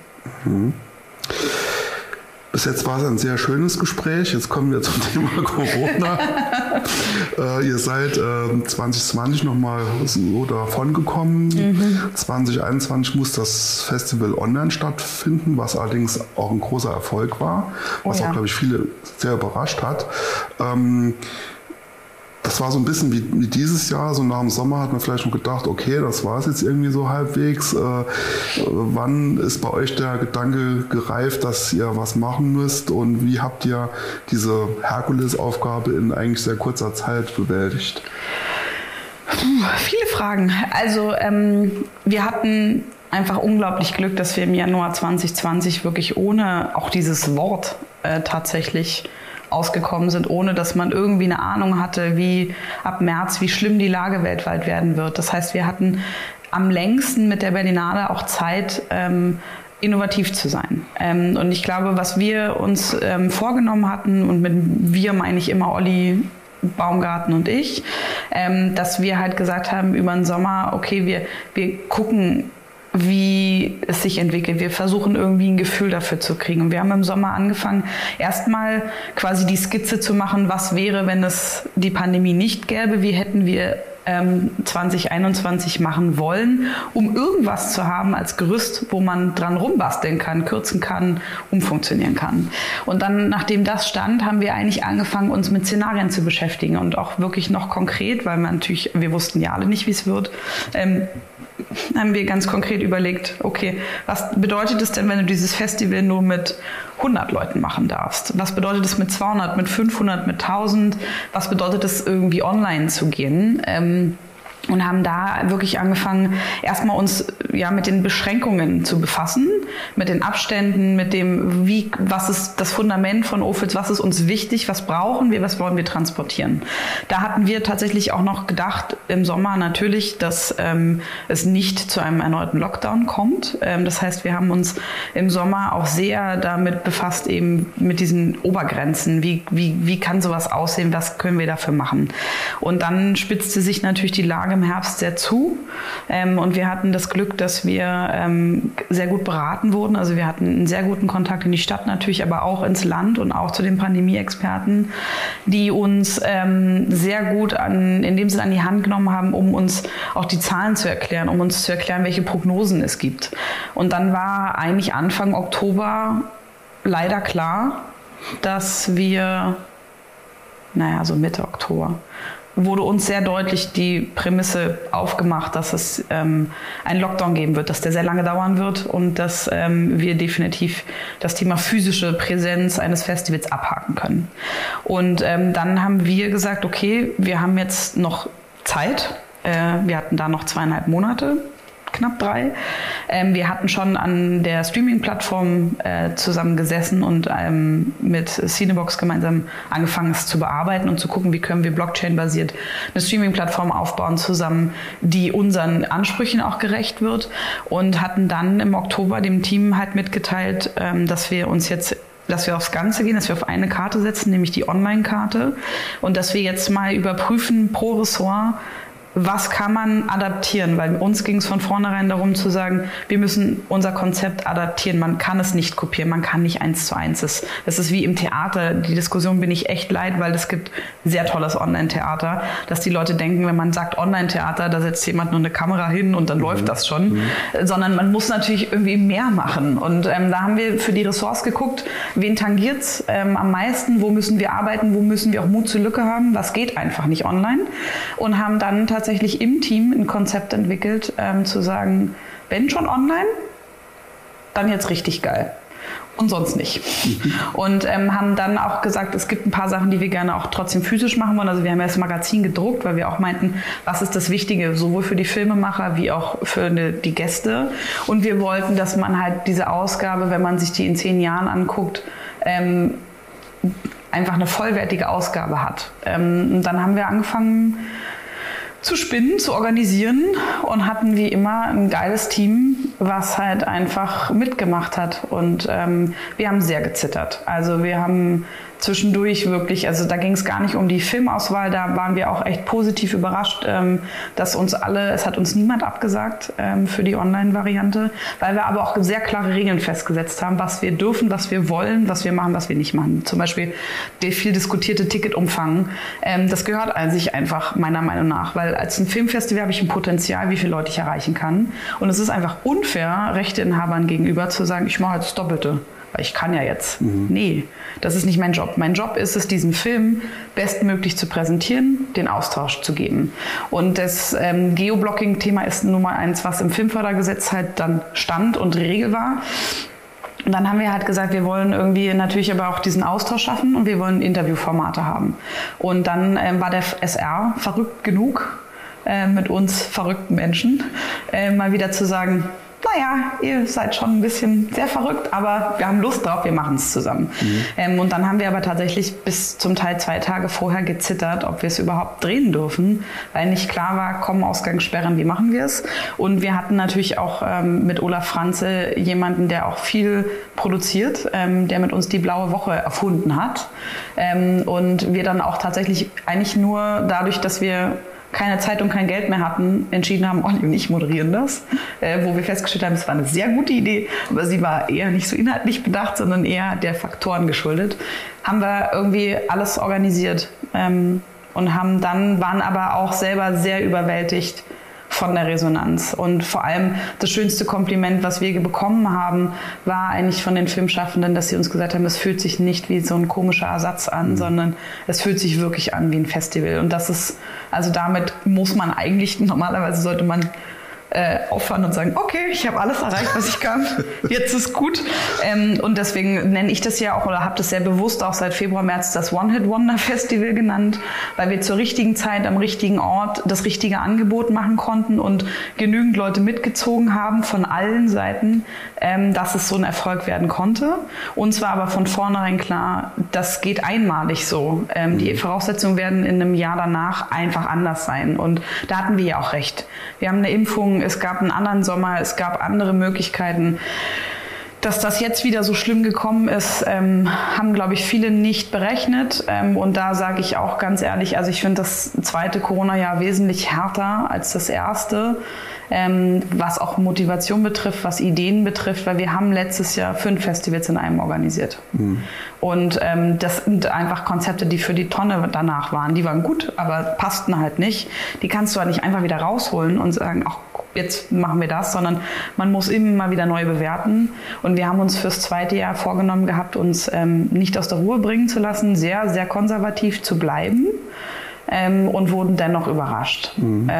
Bis jetzt war es ein sehr schönes Gespräch. Jetzt kommen wir zum Thema Corona. Ihr seid 2020 nochmal so davon gekommen. 2021 muss das Festival online stattfinden, was allerdings auch ein großer Erfolg war, was auch, glaube ich, viele sehr überrascht hat. das war so ein bisschen wie dieses Jahr, so nach dem Sommer hat man vielleicht schon gedacht, okay, das war es jetzt irgendwie so halbwegs. Wann ist bei euch der Gedanke gereift, dass ihr was machen müsst und wie habt ihr diese Herkulesaufgabe in eigentlich sehr kurzer Zeit bewältigt? Viele Fragen. Also wir hatten einfach unglaublich Glück, dass wir im Januar 2020 wirklich ohne auch dieses Wort tatsächlich ausgekommen sind, ohne dass man irgendwie eine Ahnung hatte, wie ab März, wie schlimm die Lage weltweit werden wird. Das heißt, wir hatten am längsten mit der Berlinale auch Zeit, innovativ zu sein. Und ich glaube, was wir uns vorgenommen hatten, und mit wir meine ich immer Olli Baumgarten und ich, dass wir halt gesagt haben über den Sommer, okay, wir gucken, wie es sich entwickelt. Wir versuchen irgendwie ein Gefühl dafür zu kriegen. Und wir haben im Sommer angefangen, erstmal quasi die Skizze zu machen, was wäre, wenn es die Pandemie nicht gäbe, wie hätten wir 2021 machen wollen, um irgendwas zu haben als Gerüst, wo man dran rumbasteln kann, kürzen kann, umfunktionieren kann. Und dann, nachdem das stand, haben wir eigentlich angefangen, uns mit Szenarien zu beschäftigen und auch wirklich noch konkret, weil wir wussten ja alle nicht, wie es wird, haben wir ganz konkret überlegt, okay, was bedeutet es denn, wenn du dieses Festival nur mit 100 Leuten machen darfst? Was bedeutet es mit 200, mit 500, mit 1000? Was bedeutet es, irgendwie online zu gehen? Und haben da wirklich angefangen, erstmal uns mit den Beschränkungen zu befassen, mit den Abständen, mit dem, was ist das Fundament von Ophüls, was ist uns wichtig, was brauchen wir, was wollen wir transportieren. Da hatten wir tatsächlich auch noch gedacht im Sommer natürlich, dass es nicht zu einem erneuten Lockdown kommt. Das heißt, wir haben uns im Sommer auch sehr damit befasst, eben mit diesen Obergrenzen. Wie kann sowas aussehen, was können wir dafür machen? Und dann spitzte sich natürlich die Lage im Herbst sehr zu und wir hatten das Glück, dass wir sehr gut beraten wurden. Also wir hatten einen sehr guten Kontakt in die Stadt natürlich, aber auch ins Land und auch zu den Pandemie-Experten, die uns sehr gut in dem Sinne an die Hand genommen haben, um uns auch die Zahlen zu erklären, um uns zu erklären, welche Prognosen es gibt. Und dann war eigentlich Anfang Oktober leider klar, dass wir, so Mitte Oktober, wurde uns sehr deutlich die Prämisse aufgemacht, dass es einen Lockdown geben wird, dass der sehr lange dauern wird und dass wir definitiv das Thema physische Präsenz eines Festivals abhaken können. Und dann haben wir gesagt, okay, wir haben jetzt noch Zeit. Wir hatten da noch 2,5 Monate. Knapp 3. Wir hatten schon an der Streaming-Plattform zusammengesessen und mit Cinebox gemeinsam angefangen, es zu bearbeiten und zu gucken, wie können wir Blockchain-basiert eine Streaming-Plattform aufbauen zusammen, die unseren Ansprüchen auch gerecht wird, und hatten dann im Oktober dem Team halt mitgeteilt, dass wir aufs Ganze gehen, dass wir auf eine Karte setzen, nämlich die Online-Karte, und dass wir jetzt mal überprüfen pro Ressort, was kann man adaptieren? Weil uns ging es von vornherein darum zu sagen, wir müssen unser Konzept adaptieren. Man kann es nicht kopieren, man kann nicht 1:1. Das ist wie im Theater. Die Diskussion bin ich echt leid, weil es gibt sehr tolles Online-Theater, dass die Leute denken, wenn man sagt Online-Theater, da setzt jemand nur eine Kamera hin und dann läuft das schon. Sondern man muss natürlich irgendwie mehr machen. Und da haben wir für die Ressorts geguckt, wen tangiert's am meisten, wo müssen wir arbeiten, wo müssen wir auch Mut zur Lücke haben, was geht einfach nicht online, und haben dann tatsächlich im Team ein Konzept entwickelt, zu sagen, wenn schon online, dann jetzt richtig geil. Und sonst nicht. Und haben dann auch gesagt, es gibt ein paar Sachen, die wir gerne auch trotzdem physisch machen wollen. Also wir haben ja das Magazin gedruckt, weil wir auch meinten, was ist das Wichtige, sowohl für die Filmemacher wie auch für die Gäste. Und wir wollten, dass man halt diese Ausgabe, wenn man sich die in 10 Jahren anguckt, einfach eine vollwertige Ausgabe hat. Und dann haben wir angefangen zu spinnen, zu organisieren, und hatten wie immer ein geiles Team, was halt einfach mitgemacht hat. Und wir haben sehr gezittert. Also wir haben zwischendurch wirklich, also da ging es gar nicht um die Filmauswahl, da waren wir auch echt positiv überrascht, dass es hat uns niemand abgesagt für die Online-Variante, weil wir aber auch sehr klare Regeln festgesetzt haben, was wir dürfen, was wir wollen, was wir machen, was wir nicht machen. Zum Beispiel der viel diskutierte Ticketumfang, das gehört an sich einfach meiner Meinung nach, weil als ein Filmfestival habe ich ein Potenzial, wie viele Leute ich erreichen kann, und es ist einfach unfair, Rechteinhabern gegenüber zu sagen, ich mache jetzt das Doppelte. weil ich kann ja jetzt. Nee, das ist nicht mein Job. Mein Job ist es, diesen Film bestmöglich zu präsentieren, den Austausch zu geben. Und das Geoblocking-Thema ist nun mal eins, was im Filmfördergesetz halt dann stand und Regel war. Und dann haben wir halt gesagt, wir wollen irgendwie natürlich aber auch diesen Austausch schaffen und wir wollen Interviewformate haben. Und dann war der SR verrückt genug, mit uns verrückten Menschen, mal wieder zu sagen, naja, ihr seid schon ein bisschen sehr verrückt, aber wir haben Lust drauf, wir machen es zusammen. Und dann haben wir aber tatsächlich bis zum Teil 2 Tage vorher gezittert, ob wir es überhaupt drehen dürfen, weil nicht klar war, kommen Ausgangssperren, wie machen wir es? Und wir hatten natürlich auch mit Olaf Franze jemanden, der auch viel produziert, der mit uns die Blaue Woche erfunden hat. Und wir dann auch tatsächlich eigentlich nur dadurch, dass wir keine Zeit und kein Geld mehr hatten, entschieden haben, Olli und ich moderieren das, wo wir festgestellt haben, es war eine sehr gute Idee, aber sie war eher nicht so inhaltlich bedacht, sondern eher der Faktoren geschuldet, haben wir irgendwie alles organisiert und waren aber auch selber sehr überwältigt von der Resonanz. Und vor allem das schönste Kompliment, was wir bekommen haben, war eigentlich von den Filmschaffenden, dass sie uns gesagt haben, es fühlt sich nicht wie so ein komischer Ersatz an, sondern es fühlt sich wirklich an wie ein Festival. Und das ist, also damit muss man eigentlich, normalerweise sollte man aufhören und sagen, okay, ich habe alles erreicht, was ich kann, jetzt ist gut. Und deswegen nenne ich das ja auch oder habe das sehr bewusst auch seit Februar, März das One-Hit-Wonder-Festival genannt, weil wir zur richtigen Zeit am richtigen Ort das richtige Angebot machen konnten und genügend Leute mitgezogen haben von allen Seiten, dass es so ein Erfolg werden konnte. Uns war aber von vornherein klar, das geht einmalig so. Die Voraussetzungen werden in einem Jahr danach einfach anders sein. Und da hatten wir ja auch recht. Wir haben eine Impfung, es gab einen anderen Sommer, es gab andere Möglichkeiten. Dass das jetzt wieder so schlimm gekommen ist, haben, glaube ich, viele nicht berechnet. Und da sage ich auch ganz ehrlich, also ich finde das zweite Corona-Jahr wesentlich härter als das erste, was auch Motivation betrifft, was Ideen betrifft, weil wir haben letztes Jahr 5 Festivals in einem organisiert. Und das sind einfach Konzepte, die für die Tonne danach waren. Die waren gut, aber passten halt nicht. Die kannst du halt nicht einfach wieder rausholen und sagen, ach, jetzt machen wir das, sondern man muss immer mal wieder neu bewerten. Und wir haben uns fürs zweite Jahr vorgenommen gehabt, uns nicht aus der Ruhe bringen zu lassen, sehr, sehr konservativ zu bleiben und wurden dennoch überrascht.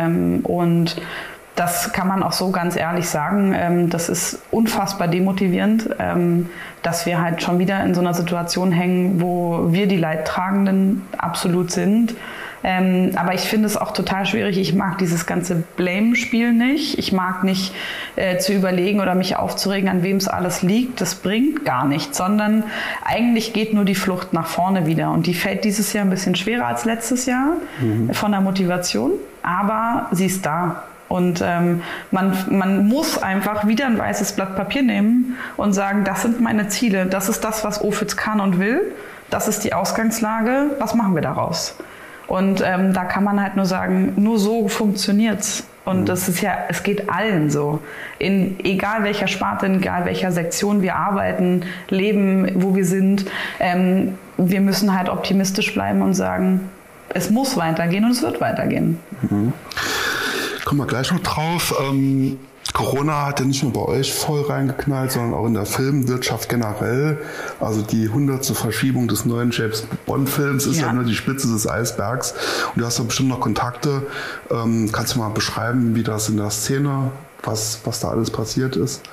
Und das kann man auch so ganz ehrlich sagen. Das ist unfassbar demotivierend, dass wir halt schon wieder in so einer Situation hängen, wo wir die Leidtragenden absolut sind. Aber ich finde es auch total schwierig. Ich mag dieses ganze Blame-Spiel nicht. Ich mag nicht zu überlegen oder mich aufzuregen, an wem es alles liegt. Das bringt gar nichts, sondern eigentlich geht nur die Flucht nach vorne wieder. Und die fällt dieses Jahr ein bisschen schwerer als letztes Jahr von der Motivation. Aber sie ist da. Und man muss einfach wieder ein weißes Blatt Papier nehmen und sagen, das sind meine Ziele. Das ist das, was Opitz kann und will. Das ist die Ausgangslage. Was machen wir daraus? Und da kann man halt nur sagen, nur so funktioniert's. Und das ist ja, es geht allen so. In egal welcher Sparte, in egal welcher Sektion wir arbeiten, leben, wo wir sind. Wir müssen halt optimistisch bleiben und sagen, es muss weitergehen und es wird weitergehen. Kommen wir gleich noch drauf. Corona hat ja nicht nur bei euch voll reingeknallt, sondern auch in der Filmwirtschaft generell. Also die 100. Verschiebung des neuen James Bond-Films ist ja nur die Spitze des Eisbergs. Und du hast ja bestimmt noch Kontakte. Kannst du mal beschreiben, wie das in der Szene, was da alles passiert ist?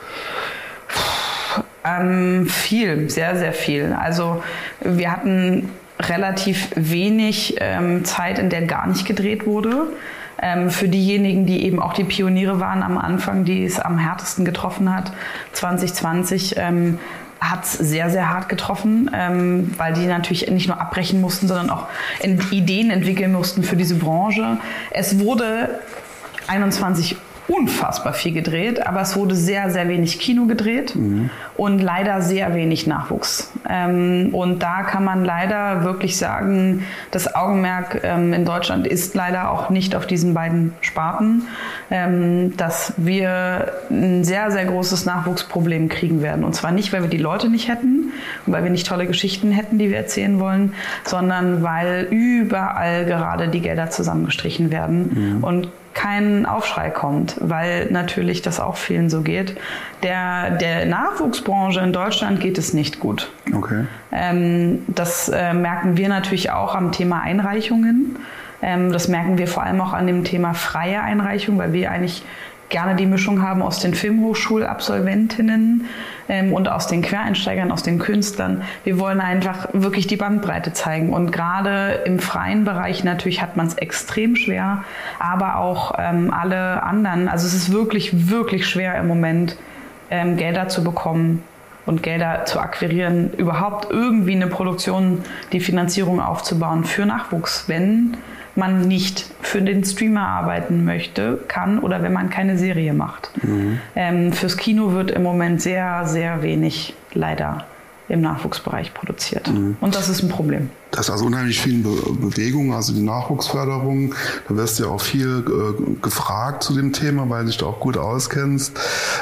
Viel, sehr, sehr viel. Also wir hatten relativ wenig Zeit, in der gar nicht gedreht wurde. Für diejenigen, die eben auch die Pioniere waren am Anfang, die es am härtesten getroffen hat, 2020, hat es sehr, sehr hart getroffen, weil die natürlich nicht nur abbrechen mussten, sondern auch Ideen entwickeln mussten für diese Branche. Es wurde 21 unfassbar viel gedreht, aber es wurde sehr, sehr wenig Kino gedreht und leider sehr wenig Nachwuchs. Und da kann man leider wirklich sagen, das Augenmerk in Deutschland ist leider auch nicht auf diesen beiden Sparten, dass wir ein sehr, sehr großes Nachwuchsproblem kriegen werden. Und zwar nicht, weil wir die Leute nicht hätten und weil wir nicht tolle Geschichten hätten, die wir erzählen wollen, sondern weil überall gerade die Gelder zusammengestrichen werden. Und kein Aufschrei kommt, weil natürlich das auch vielen so geht. Der Nachwuchsbranche in Deutschland geht es nicht gut. Okay. Das merken wir natürlich auch am Thema Einreichungen. Das merken wir vor allem auch an dem Thema freie Einreichung, weil wir eigentlich gerne die Mischung haben aus den Filmhochschulabsolventinnen und aus den Quereinsteigern, aus den Künstlern. Wir wollen einfach wirklich die Bandbreite zeigen. Und gerade im freien Bereich natürlich hat man es extrem schwer, aber auch alle anderen. Also es ist wirklich, wirklich schwer im Moment, Gelder zu bekommen und Gelder zu akquirieren, überhaupt irgendwie eine Produktion, die Finanzierung aufzubauen für Nachwuchs, wenn man nicht für den Streamer arbeiten möchte, kann oder wenn man keine Serie macht. Fürs Kino wird im Moment sehr, sehr wenig leider im Nachwuchsbereich produziert. Und das ist ein Problem. Das ist also unheimlich viel Bewegung, also die Nachwuchsförderung. Da wirst du ja auch viel gefragt zu dem Thema, weil du dich da auch gut auskennst.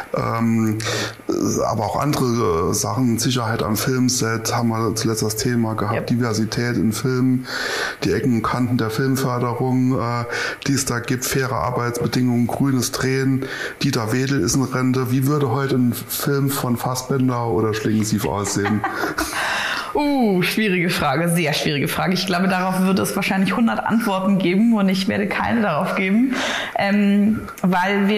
Aber auch andere Sachen, Sicherheit am Filmset, haben wir zuletzt das Thema gehabt, yep. Diversität in Filmen, die Ecken und Kanten der Filmförderung, die es da gibt, faire Arbeitsbedingungen, grünes Drehen. Dieter Wedel ist in Rente. Wie würde heute ein Film von Fassbender oder Schlingensief aussehen? Schwierige Frage, sehr schwierige Frage. Ich glaube, darauf wird es wahrscheinlich 100 Antworten geben und ich werde keine darauf geben, weil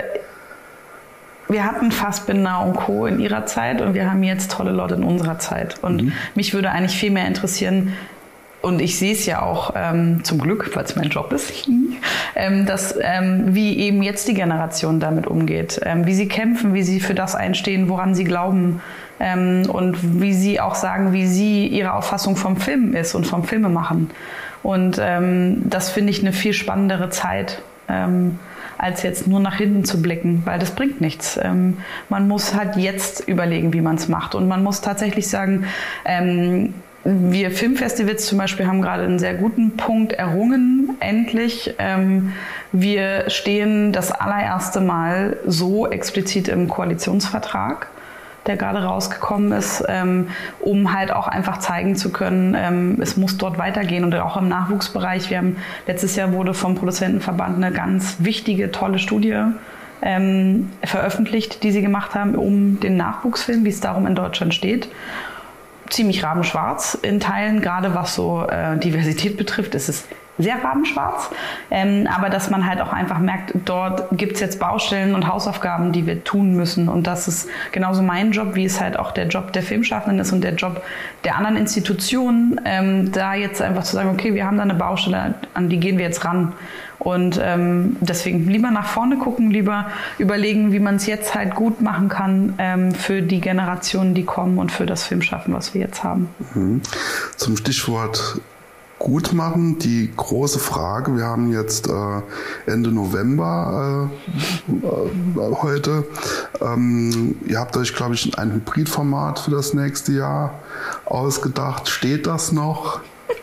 wir hatten Fassbinder und Co. in ihrer Zeit und wir haben jetzt tolle Leute in unserer Zeit. Und mich würde eigentlich viel mehr interessieren, und ich sehe es ja auch zum Glück, weil es mein Job ist, dass, wie eben jetzt die Generation damit umgeht, wie sie kämpfen, wie sie für das einstehen, woran sie glauben und wie sie auch sagen, wie sie ihre Auffassung vom Film ist und vom Filmemachen. Und das finde ich eine viel spannendere Zeit, als jetzt nur nach hinten zu blicken, weil das bringt nichts. Man muss halt jetzt überlegen, wie man es macht. Und man muss tatsächlich sagen, wir Filmfestivals zum Beispiel haben gerade einen sehr guten Punkt errungen, endlich. Wir stehen das allererste Mal so explizit im Koalitionsvertrag, der gerade rausgekommen ist, um halt auch einfach zeigen zu können, es muss dort weitergehen. Und auch im Nachwuchsbereich, letztes Jahr wurde vom Produzentenverband eine ganz wichtige, tolle Studie veröffentlicht, die sie gemacht haben, um den Nachwuchsfilm, wie es darum in Deutschland steht. Ziemlich rabenschwarz in Teilen, gerade was so Diversität betrifft, ist es sehr rabenschwarz, aber dass man halt auch einfach merkt, dort gibt es jetzt Baustellen und Hausaufgaben, die wir tun müssen, und das ist genauso mein Job, wie es halt auch der Job der Filmschaffenden ist und der Job der anderen Institutionen, da jetzt einfach zu sagen, okay, wir haben da eine Baustelle, an die gehen wir jetzt ran. Und deswegen lieber nach vorne gucken, lieber überlegen, wie man es jetzt halt gut machen kann für die Generationen, die kommen und für das Filmschaffen, was wir jetzt haben. Zum Stichwort gut machen, die große Frage, wir haben jetzt Ende November heute. Ihr habt euch, glaube ich, ein Hybridformat für das nächste Jahr ausgedacht. Steht das noch?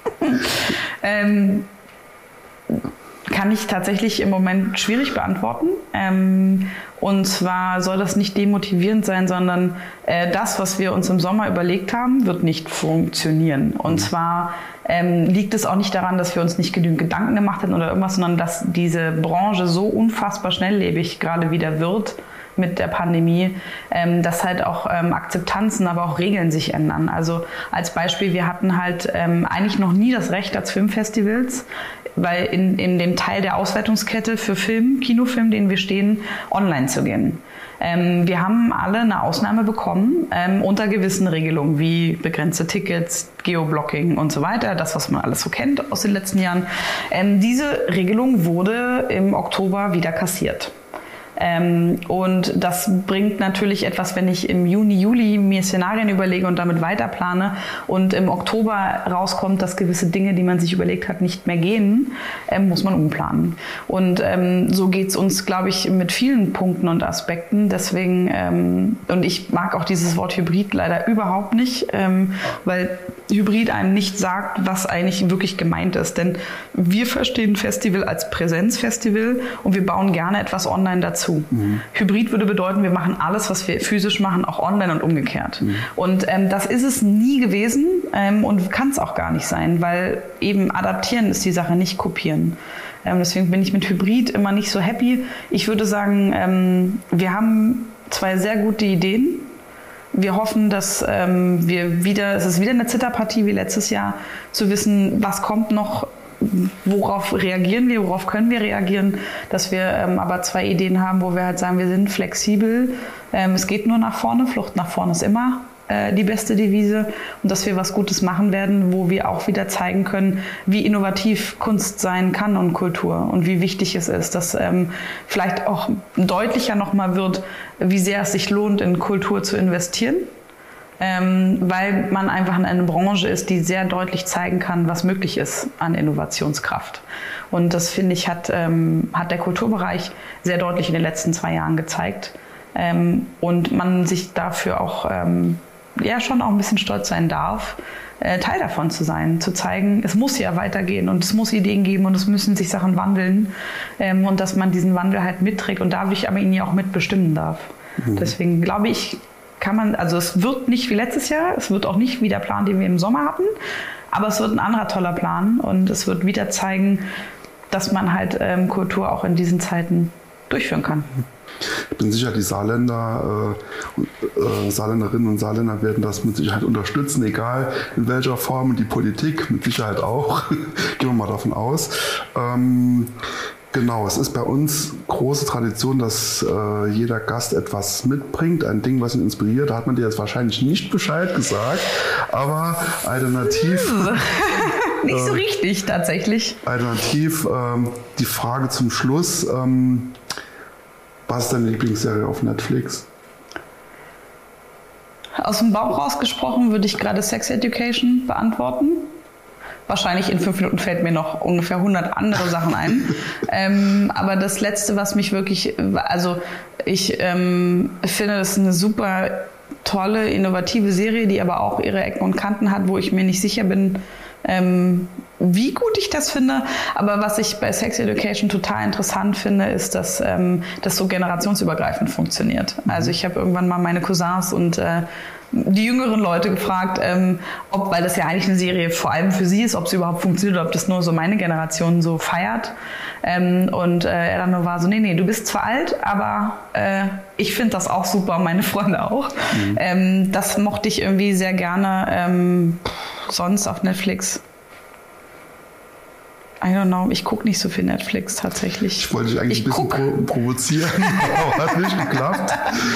Kann ich tatsächlich im Moment schwierig beantworten. Und zwar soll das nicht demotivierend sein, sondern das, was wir uns im Sommer überlegt haben, wird nicht funktionieren. Und zwar liegt es auch nicht daran, dass wir uns nicht genügend Gedanken gemacht hätten oder irgendwas, sondern dass diese Branche so unfassbar schnelllebig gerade wieder wird mit der Pandemie, dass halt auch Akzeptanzen, aber auch Regeln sich ändern. Also als Beispiel, wir hatten halt eigentlich noch nie das Recht als Filmfestivals, weil in dem Teil der Auswertungskette für Kinofilm, den wir stehen, online zu gehen. Wir haben alle eine Ausnahme bekommen unter gewissen Regelungen wie begrenzte Tickets, Geoblocking und so weiter, das, was man alles so kennt aus den letzten Jahren. Diese Regelung wurde im Oktober wieder kassiert. Und das bringt natürlich etwas, wenn ich im Juni, Juli mir Szenarien überlege und damit weiterplane und im Oktober rauskommt, dass gewisse Dinge, die man sich überlegt hat, nicht mehr gehen, muss man umplanen. Und so geht es uns, glaube ich, mit vielen Punkten und Aspekten. Deswegen, und ich mag auch dieses Wort Hybrid leider überhaupt nicht, weil Hybrid einem nicht sagt, was eigentlich wirklich gemeint ist. Denn wir verstehen Festival als Präsenzfestival und wir bauen gerne etwas online dazu. Hybrid würde bedeuten, wir machen alles, was wir physisch machen, auch online und umgekehrt. Und das ist es nie gewesen und kann es auch gar nicht sein, weil eben adaptieren ist die Sache, nicht kopieren. Deswegen bin ich mit Hybrid immer nicht so happy. Ich würde sagen, wir haben 2 sehr gute Ideen. Wir hoffen, dass es ist wieder eine Zitterpartie wie letztes Jahr, zu wissen, was kommt noch, worauf reagieren wir, worauf können wir reagieren, dass wir aber 2 Ideen haben, wo wir halt sagen, wir sind flexibel, es geht nur nach vorne, Flucht nach vorne ist immer die beste Devise und dass wir was Gutes machen werden, wo wir auch wieder zeigen können, wie innovativ Kunst sein kann und Kultur und wie wichtig es ist, dass vielleicht auch deutlicher nochmal wird, wie sehr es sich lohnt, in Kultur zu investieren. Weil man einfach in einer Branche ist, die sehr deutlich zeigen kann, was möglich ist an Innovationskraft. Und das, finde ich, hat der Kulturbereich sehr deutlich in den letzten 2 Jahren gezeigt. Und man sich dafür auch schon auch ein bisschen stolz sein darf, Teil davon zu sein, zu zeigen, es muss ja weitergehen und es muss Ideen geben und es müssen sich Sachen wandeln und dass man diesen Wandel halt mitträgt und dadurch aber ihn ja auch mitbestimmen darf. Deswegen glaube ich, also es wird nicht wie letztes Jahr, es wird auch nicht wie der Plan, den wir im Sommer hatten, aber es wird ein anderer toller Plan und es wird wieder zeigen, dass man halt Kultur auch in diesen Zeiten durchführen kann. Ich bin sicher, die Saarländerinnen und Saarländer werden das mit Sicherheit unterstützen, egal in welcher Form, und die Politik mit Sicherheit auch. Gehen wir mal davon aus. Genau, es ist bei uns große Tradition, dass jeder Gast etwas mitbringt, ein Ding, was ihn inspiriert. Da hat man dir jetzt wahrscheinlich nicht Bescheid gesagt, aber alternativ... Nicht so richtig, tatsächlich. Alternativ die Frage zum Schluss, was ist deine Lieblingsserie auf Netflix? Aus dem Bauch rausgesprochen würde ich gerade Sex Education beantworten. Wahrscheinlich in 5 Minuten fällt mir noch ungefähr 100 andere Sachen ein. Aber das Letzte, was mich wirklich, also ich finde, das ist eine super tolle, innovative Serie, die aber auch ihre Ecken und Kanten hat, wo ich mir nicht sicher bin, wie gut ich das finde. Aber was ich bei Sex Education total interessant finde, ist, dass das so generationsübergreifend funktioniert. Also ich habe irgendwann mal meine Cousins und die jüngeren Leute gefragt, weil das ja eigentlich eine Serie vor allem für sie ist, ob sie überhaupt funktioniert oder ob das nur so meine Generation so feiert. Und er dann nur war so, nee, du bist zwar alt, aber ich finde das auch super, meine Freunde auch. Das mochte ich irgendwie sehr gerne. Sonst auf Netflix, I don't know, ich gucke nicht so viel Netflix tatsächlich. Ich wollte dich eigentlich ein bisschen provozieren, aber hat nicht geklappt.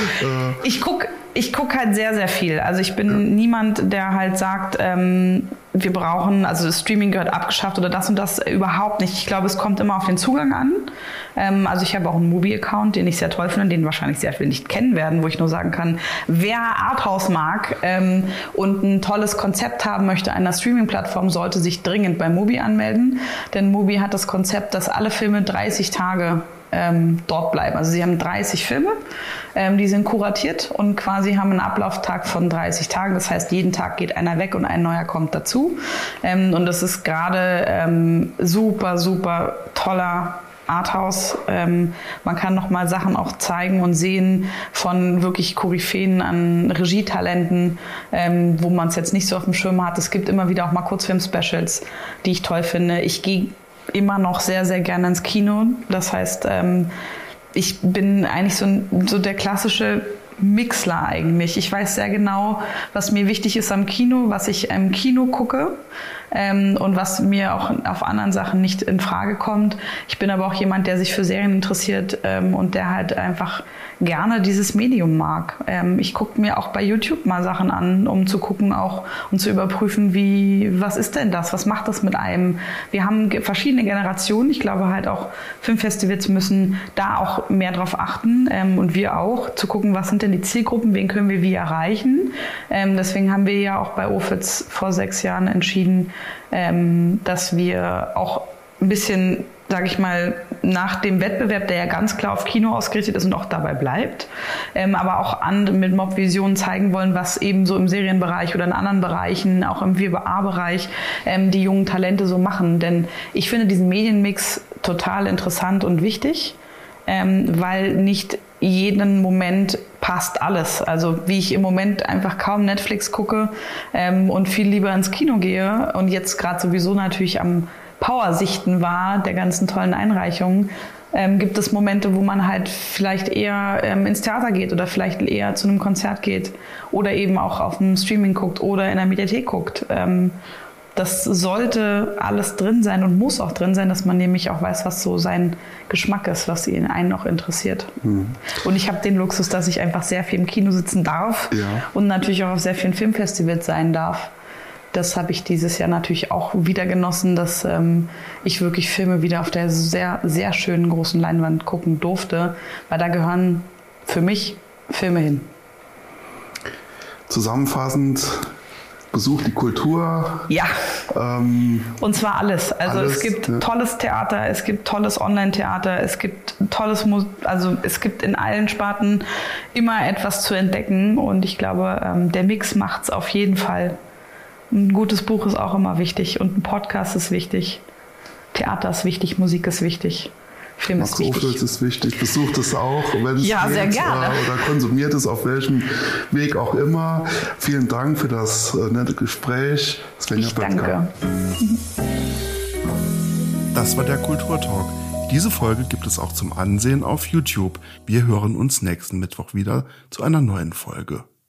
Ich gucke halt sehr, sehr viel. Also ich bin niemand, der halt sagt, wir brauchen, also das Streaming gehört abgeschafft oder das und das, überhaupt nicht. Ich glaube, es kommt immer auf den Zugang an. Also ich habe auch einen Mubi-Account, den ich sehr toll finde, den wahrscheinlich sehr viele nicht kennen werden, wo ich nur sagen kann, wer Arthouse mag und ein tolles Konzept haben möchte einer Streaming-Plattform, sollte sich dringend bei Mubi anmelden. Denn Mubi hat das Konzept, dass alle Filme 30 Tage dort bleiben. Also sie haben 30 Filme, die sind kuratiert und quasi haben einen Ablauftag von 30 Tagen. Das heißt, jeden Tag geht einer weg und ein neuer kommt dazu. Und das ist gerade super, super toller Arthouse. Man kann nochmal Sachen auch zeigen und sehen von wirklich Koryphäen an Regietalenten, wo man es jetzt nicht so auf dem Schirm hat. Es gibt immer wieder auch mal Kurzfilm-Specials, die ich toll finde. Ich gehe immer noch sehr, sehr gerne ins Kino. Das heißt, ich bin eigentlich so der klassische Mixler eigentlich. Ich weiß sehr genau, was mir wichtig ist am Kino, was ich im Kino gucke und was mir auch auf anderen Sachen nicht in Frage kommt. Ich bin aber auch jemand, der sich für Serien interessiert und der halt einfach gerne dieses Medium mag. Ich gucke mir auch bei YouTube mal Sachen an, um zu gucken auch und zu überprüfen, was ist denn das? Was macht das mit einem? Wir haben verschiedene Generationen. Ich glaube halt auch Filmfestivals müssen da auch mehr drauf achten und wir auch, zu gucken, was sind denn die Zielgruppen, wen können wir wie erreichen. Deswegen haben wir ja auch bei OFITS vor 6 Jahren entschieden, dass wir auch ein bisschen, sage ich mal, nach dem Wettbewerb, der ja ganz klar auf Kino ausgerichtet ist und auch dabei bleibt, aber auch mit Mob-Visionen zeigen wollen, was eben so im Serienbereich oder in anderen Bereichen, auch im WBA-Bereich, die jungen Talente so machen. Denn ich finde diesen Medienmix total interessant und wichtig, weil nicht jeden Moment passt alles. Also wie ich im Moment einfach kaum Netflix gucke und viel lieber ins Kino gehe und jetzt gerade sowieso natürlich am Power-Sichten war, der ganzen tollen Einreichungen, gibt es Momente, wo man halt vielleicht eher ins Theater geht oder vielleicht eher zu einem Konzert geht oder eben auch auf dem Streaming guckt oder in der Mediathek guckt. Das sollte alles drin sein und muss auch drin sein, dass man nämlich auch weiß, was so sein Geschmack ist, was einen noch interessiert. Mhm. Und ich habe den Luxus, dass ich einfach sehr viel im Kino sitzen darf und natürlich auch auf sehr vielen Filmfestivals sein darf. Das habe ich dieses Jahr natürlich auch wieder genossen, dass ich wirklich Filme wieder auf der sehr, sehr schönen großen Leinwand gucken durfte, weil da gehören für mich Filme hin. Zusammenfassend, besucht die Kultur. Ja, und zwar alles. Also alles, es gibt tolles Theater, es gibt tolles Online-Theater, es gibt tolles also es gibt in allen Sparten immer etwas zu entdecken und ich glaube, der Mix macht es auf jeden Fall. Ein gutes Buch ist auch immer wichtig und ein Podcast ist wichtig. Theater ist wichtig, Musik ist wichtig, Film ist wichtig. Max ist wichtig. Besucht es auch, wenn es geht, sehr gerne. Oder konsumiert es auf welchem Weg auch immer. Vielen Dank für das nette Gespräch. Svenja Pötzker. Danke. Das war der Kulturtalk. Diese Folge gibt es auch zum Ansehen auf YouTube. Wir hören uns nächsten Mittwoch wieder zu einer neuen Folge.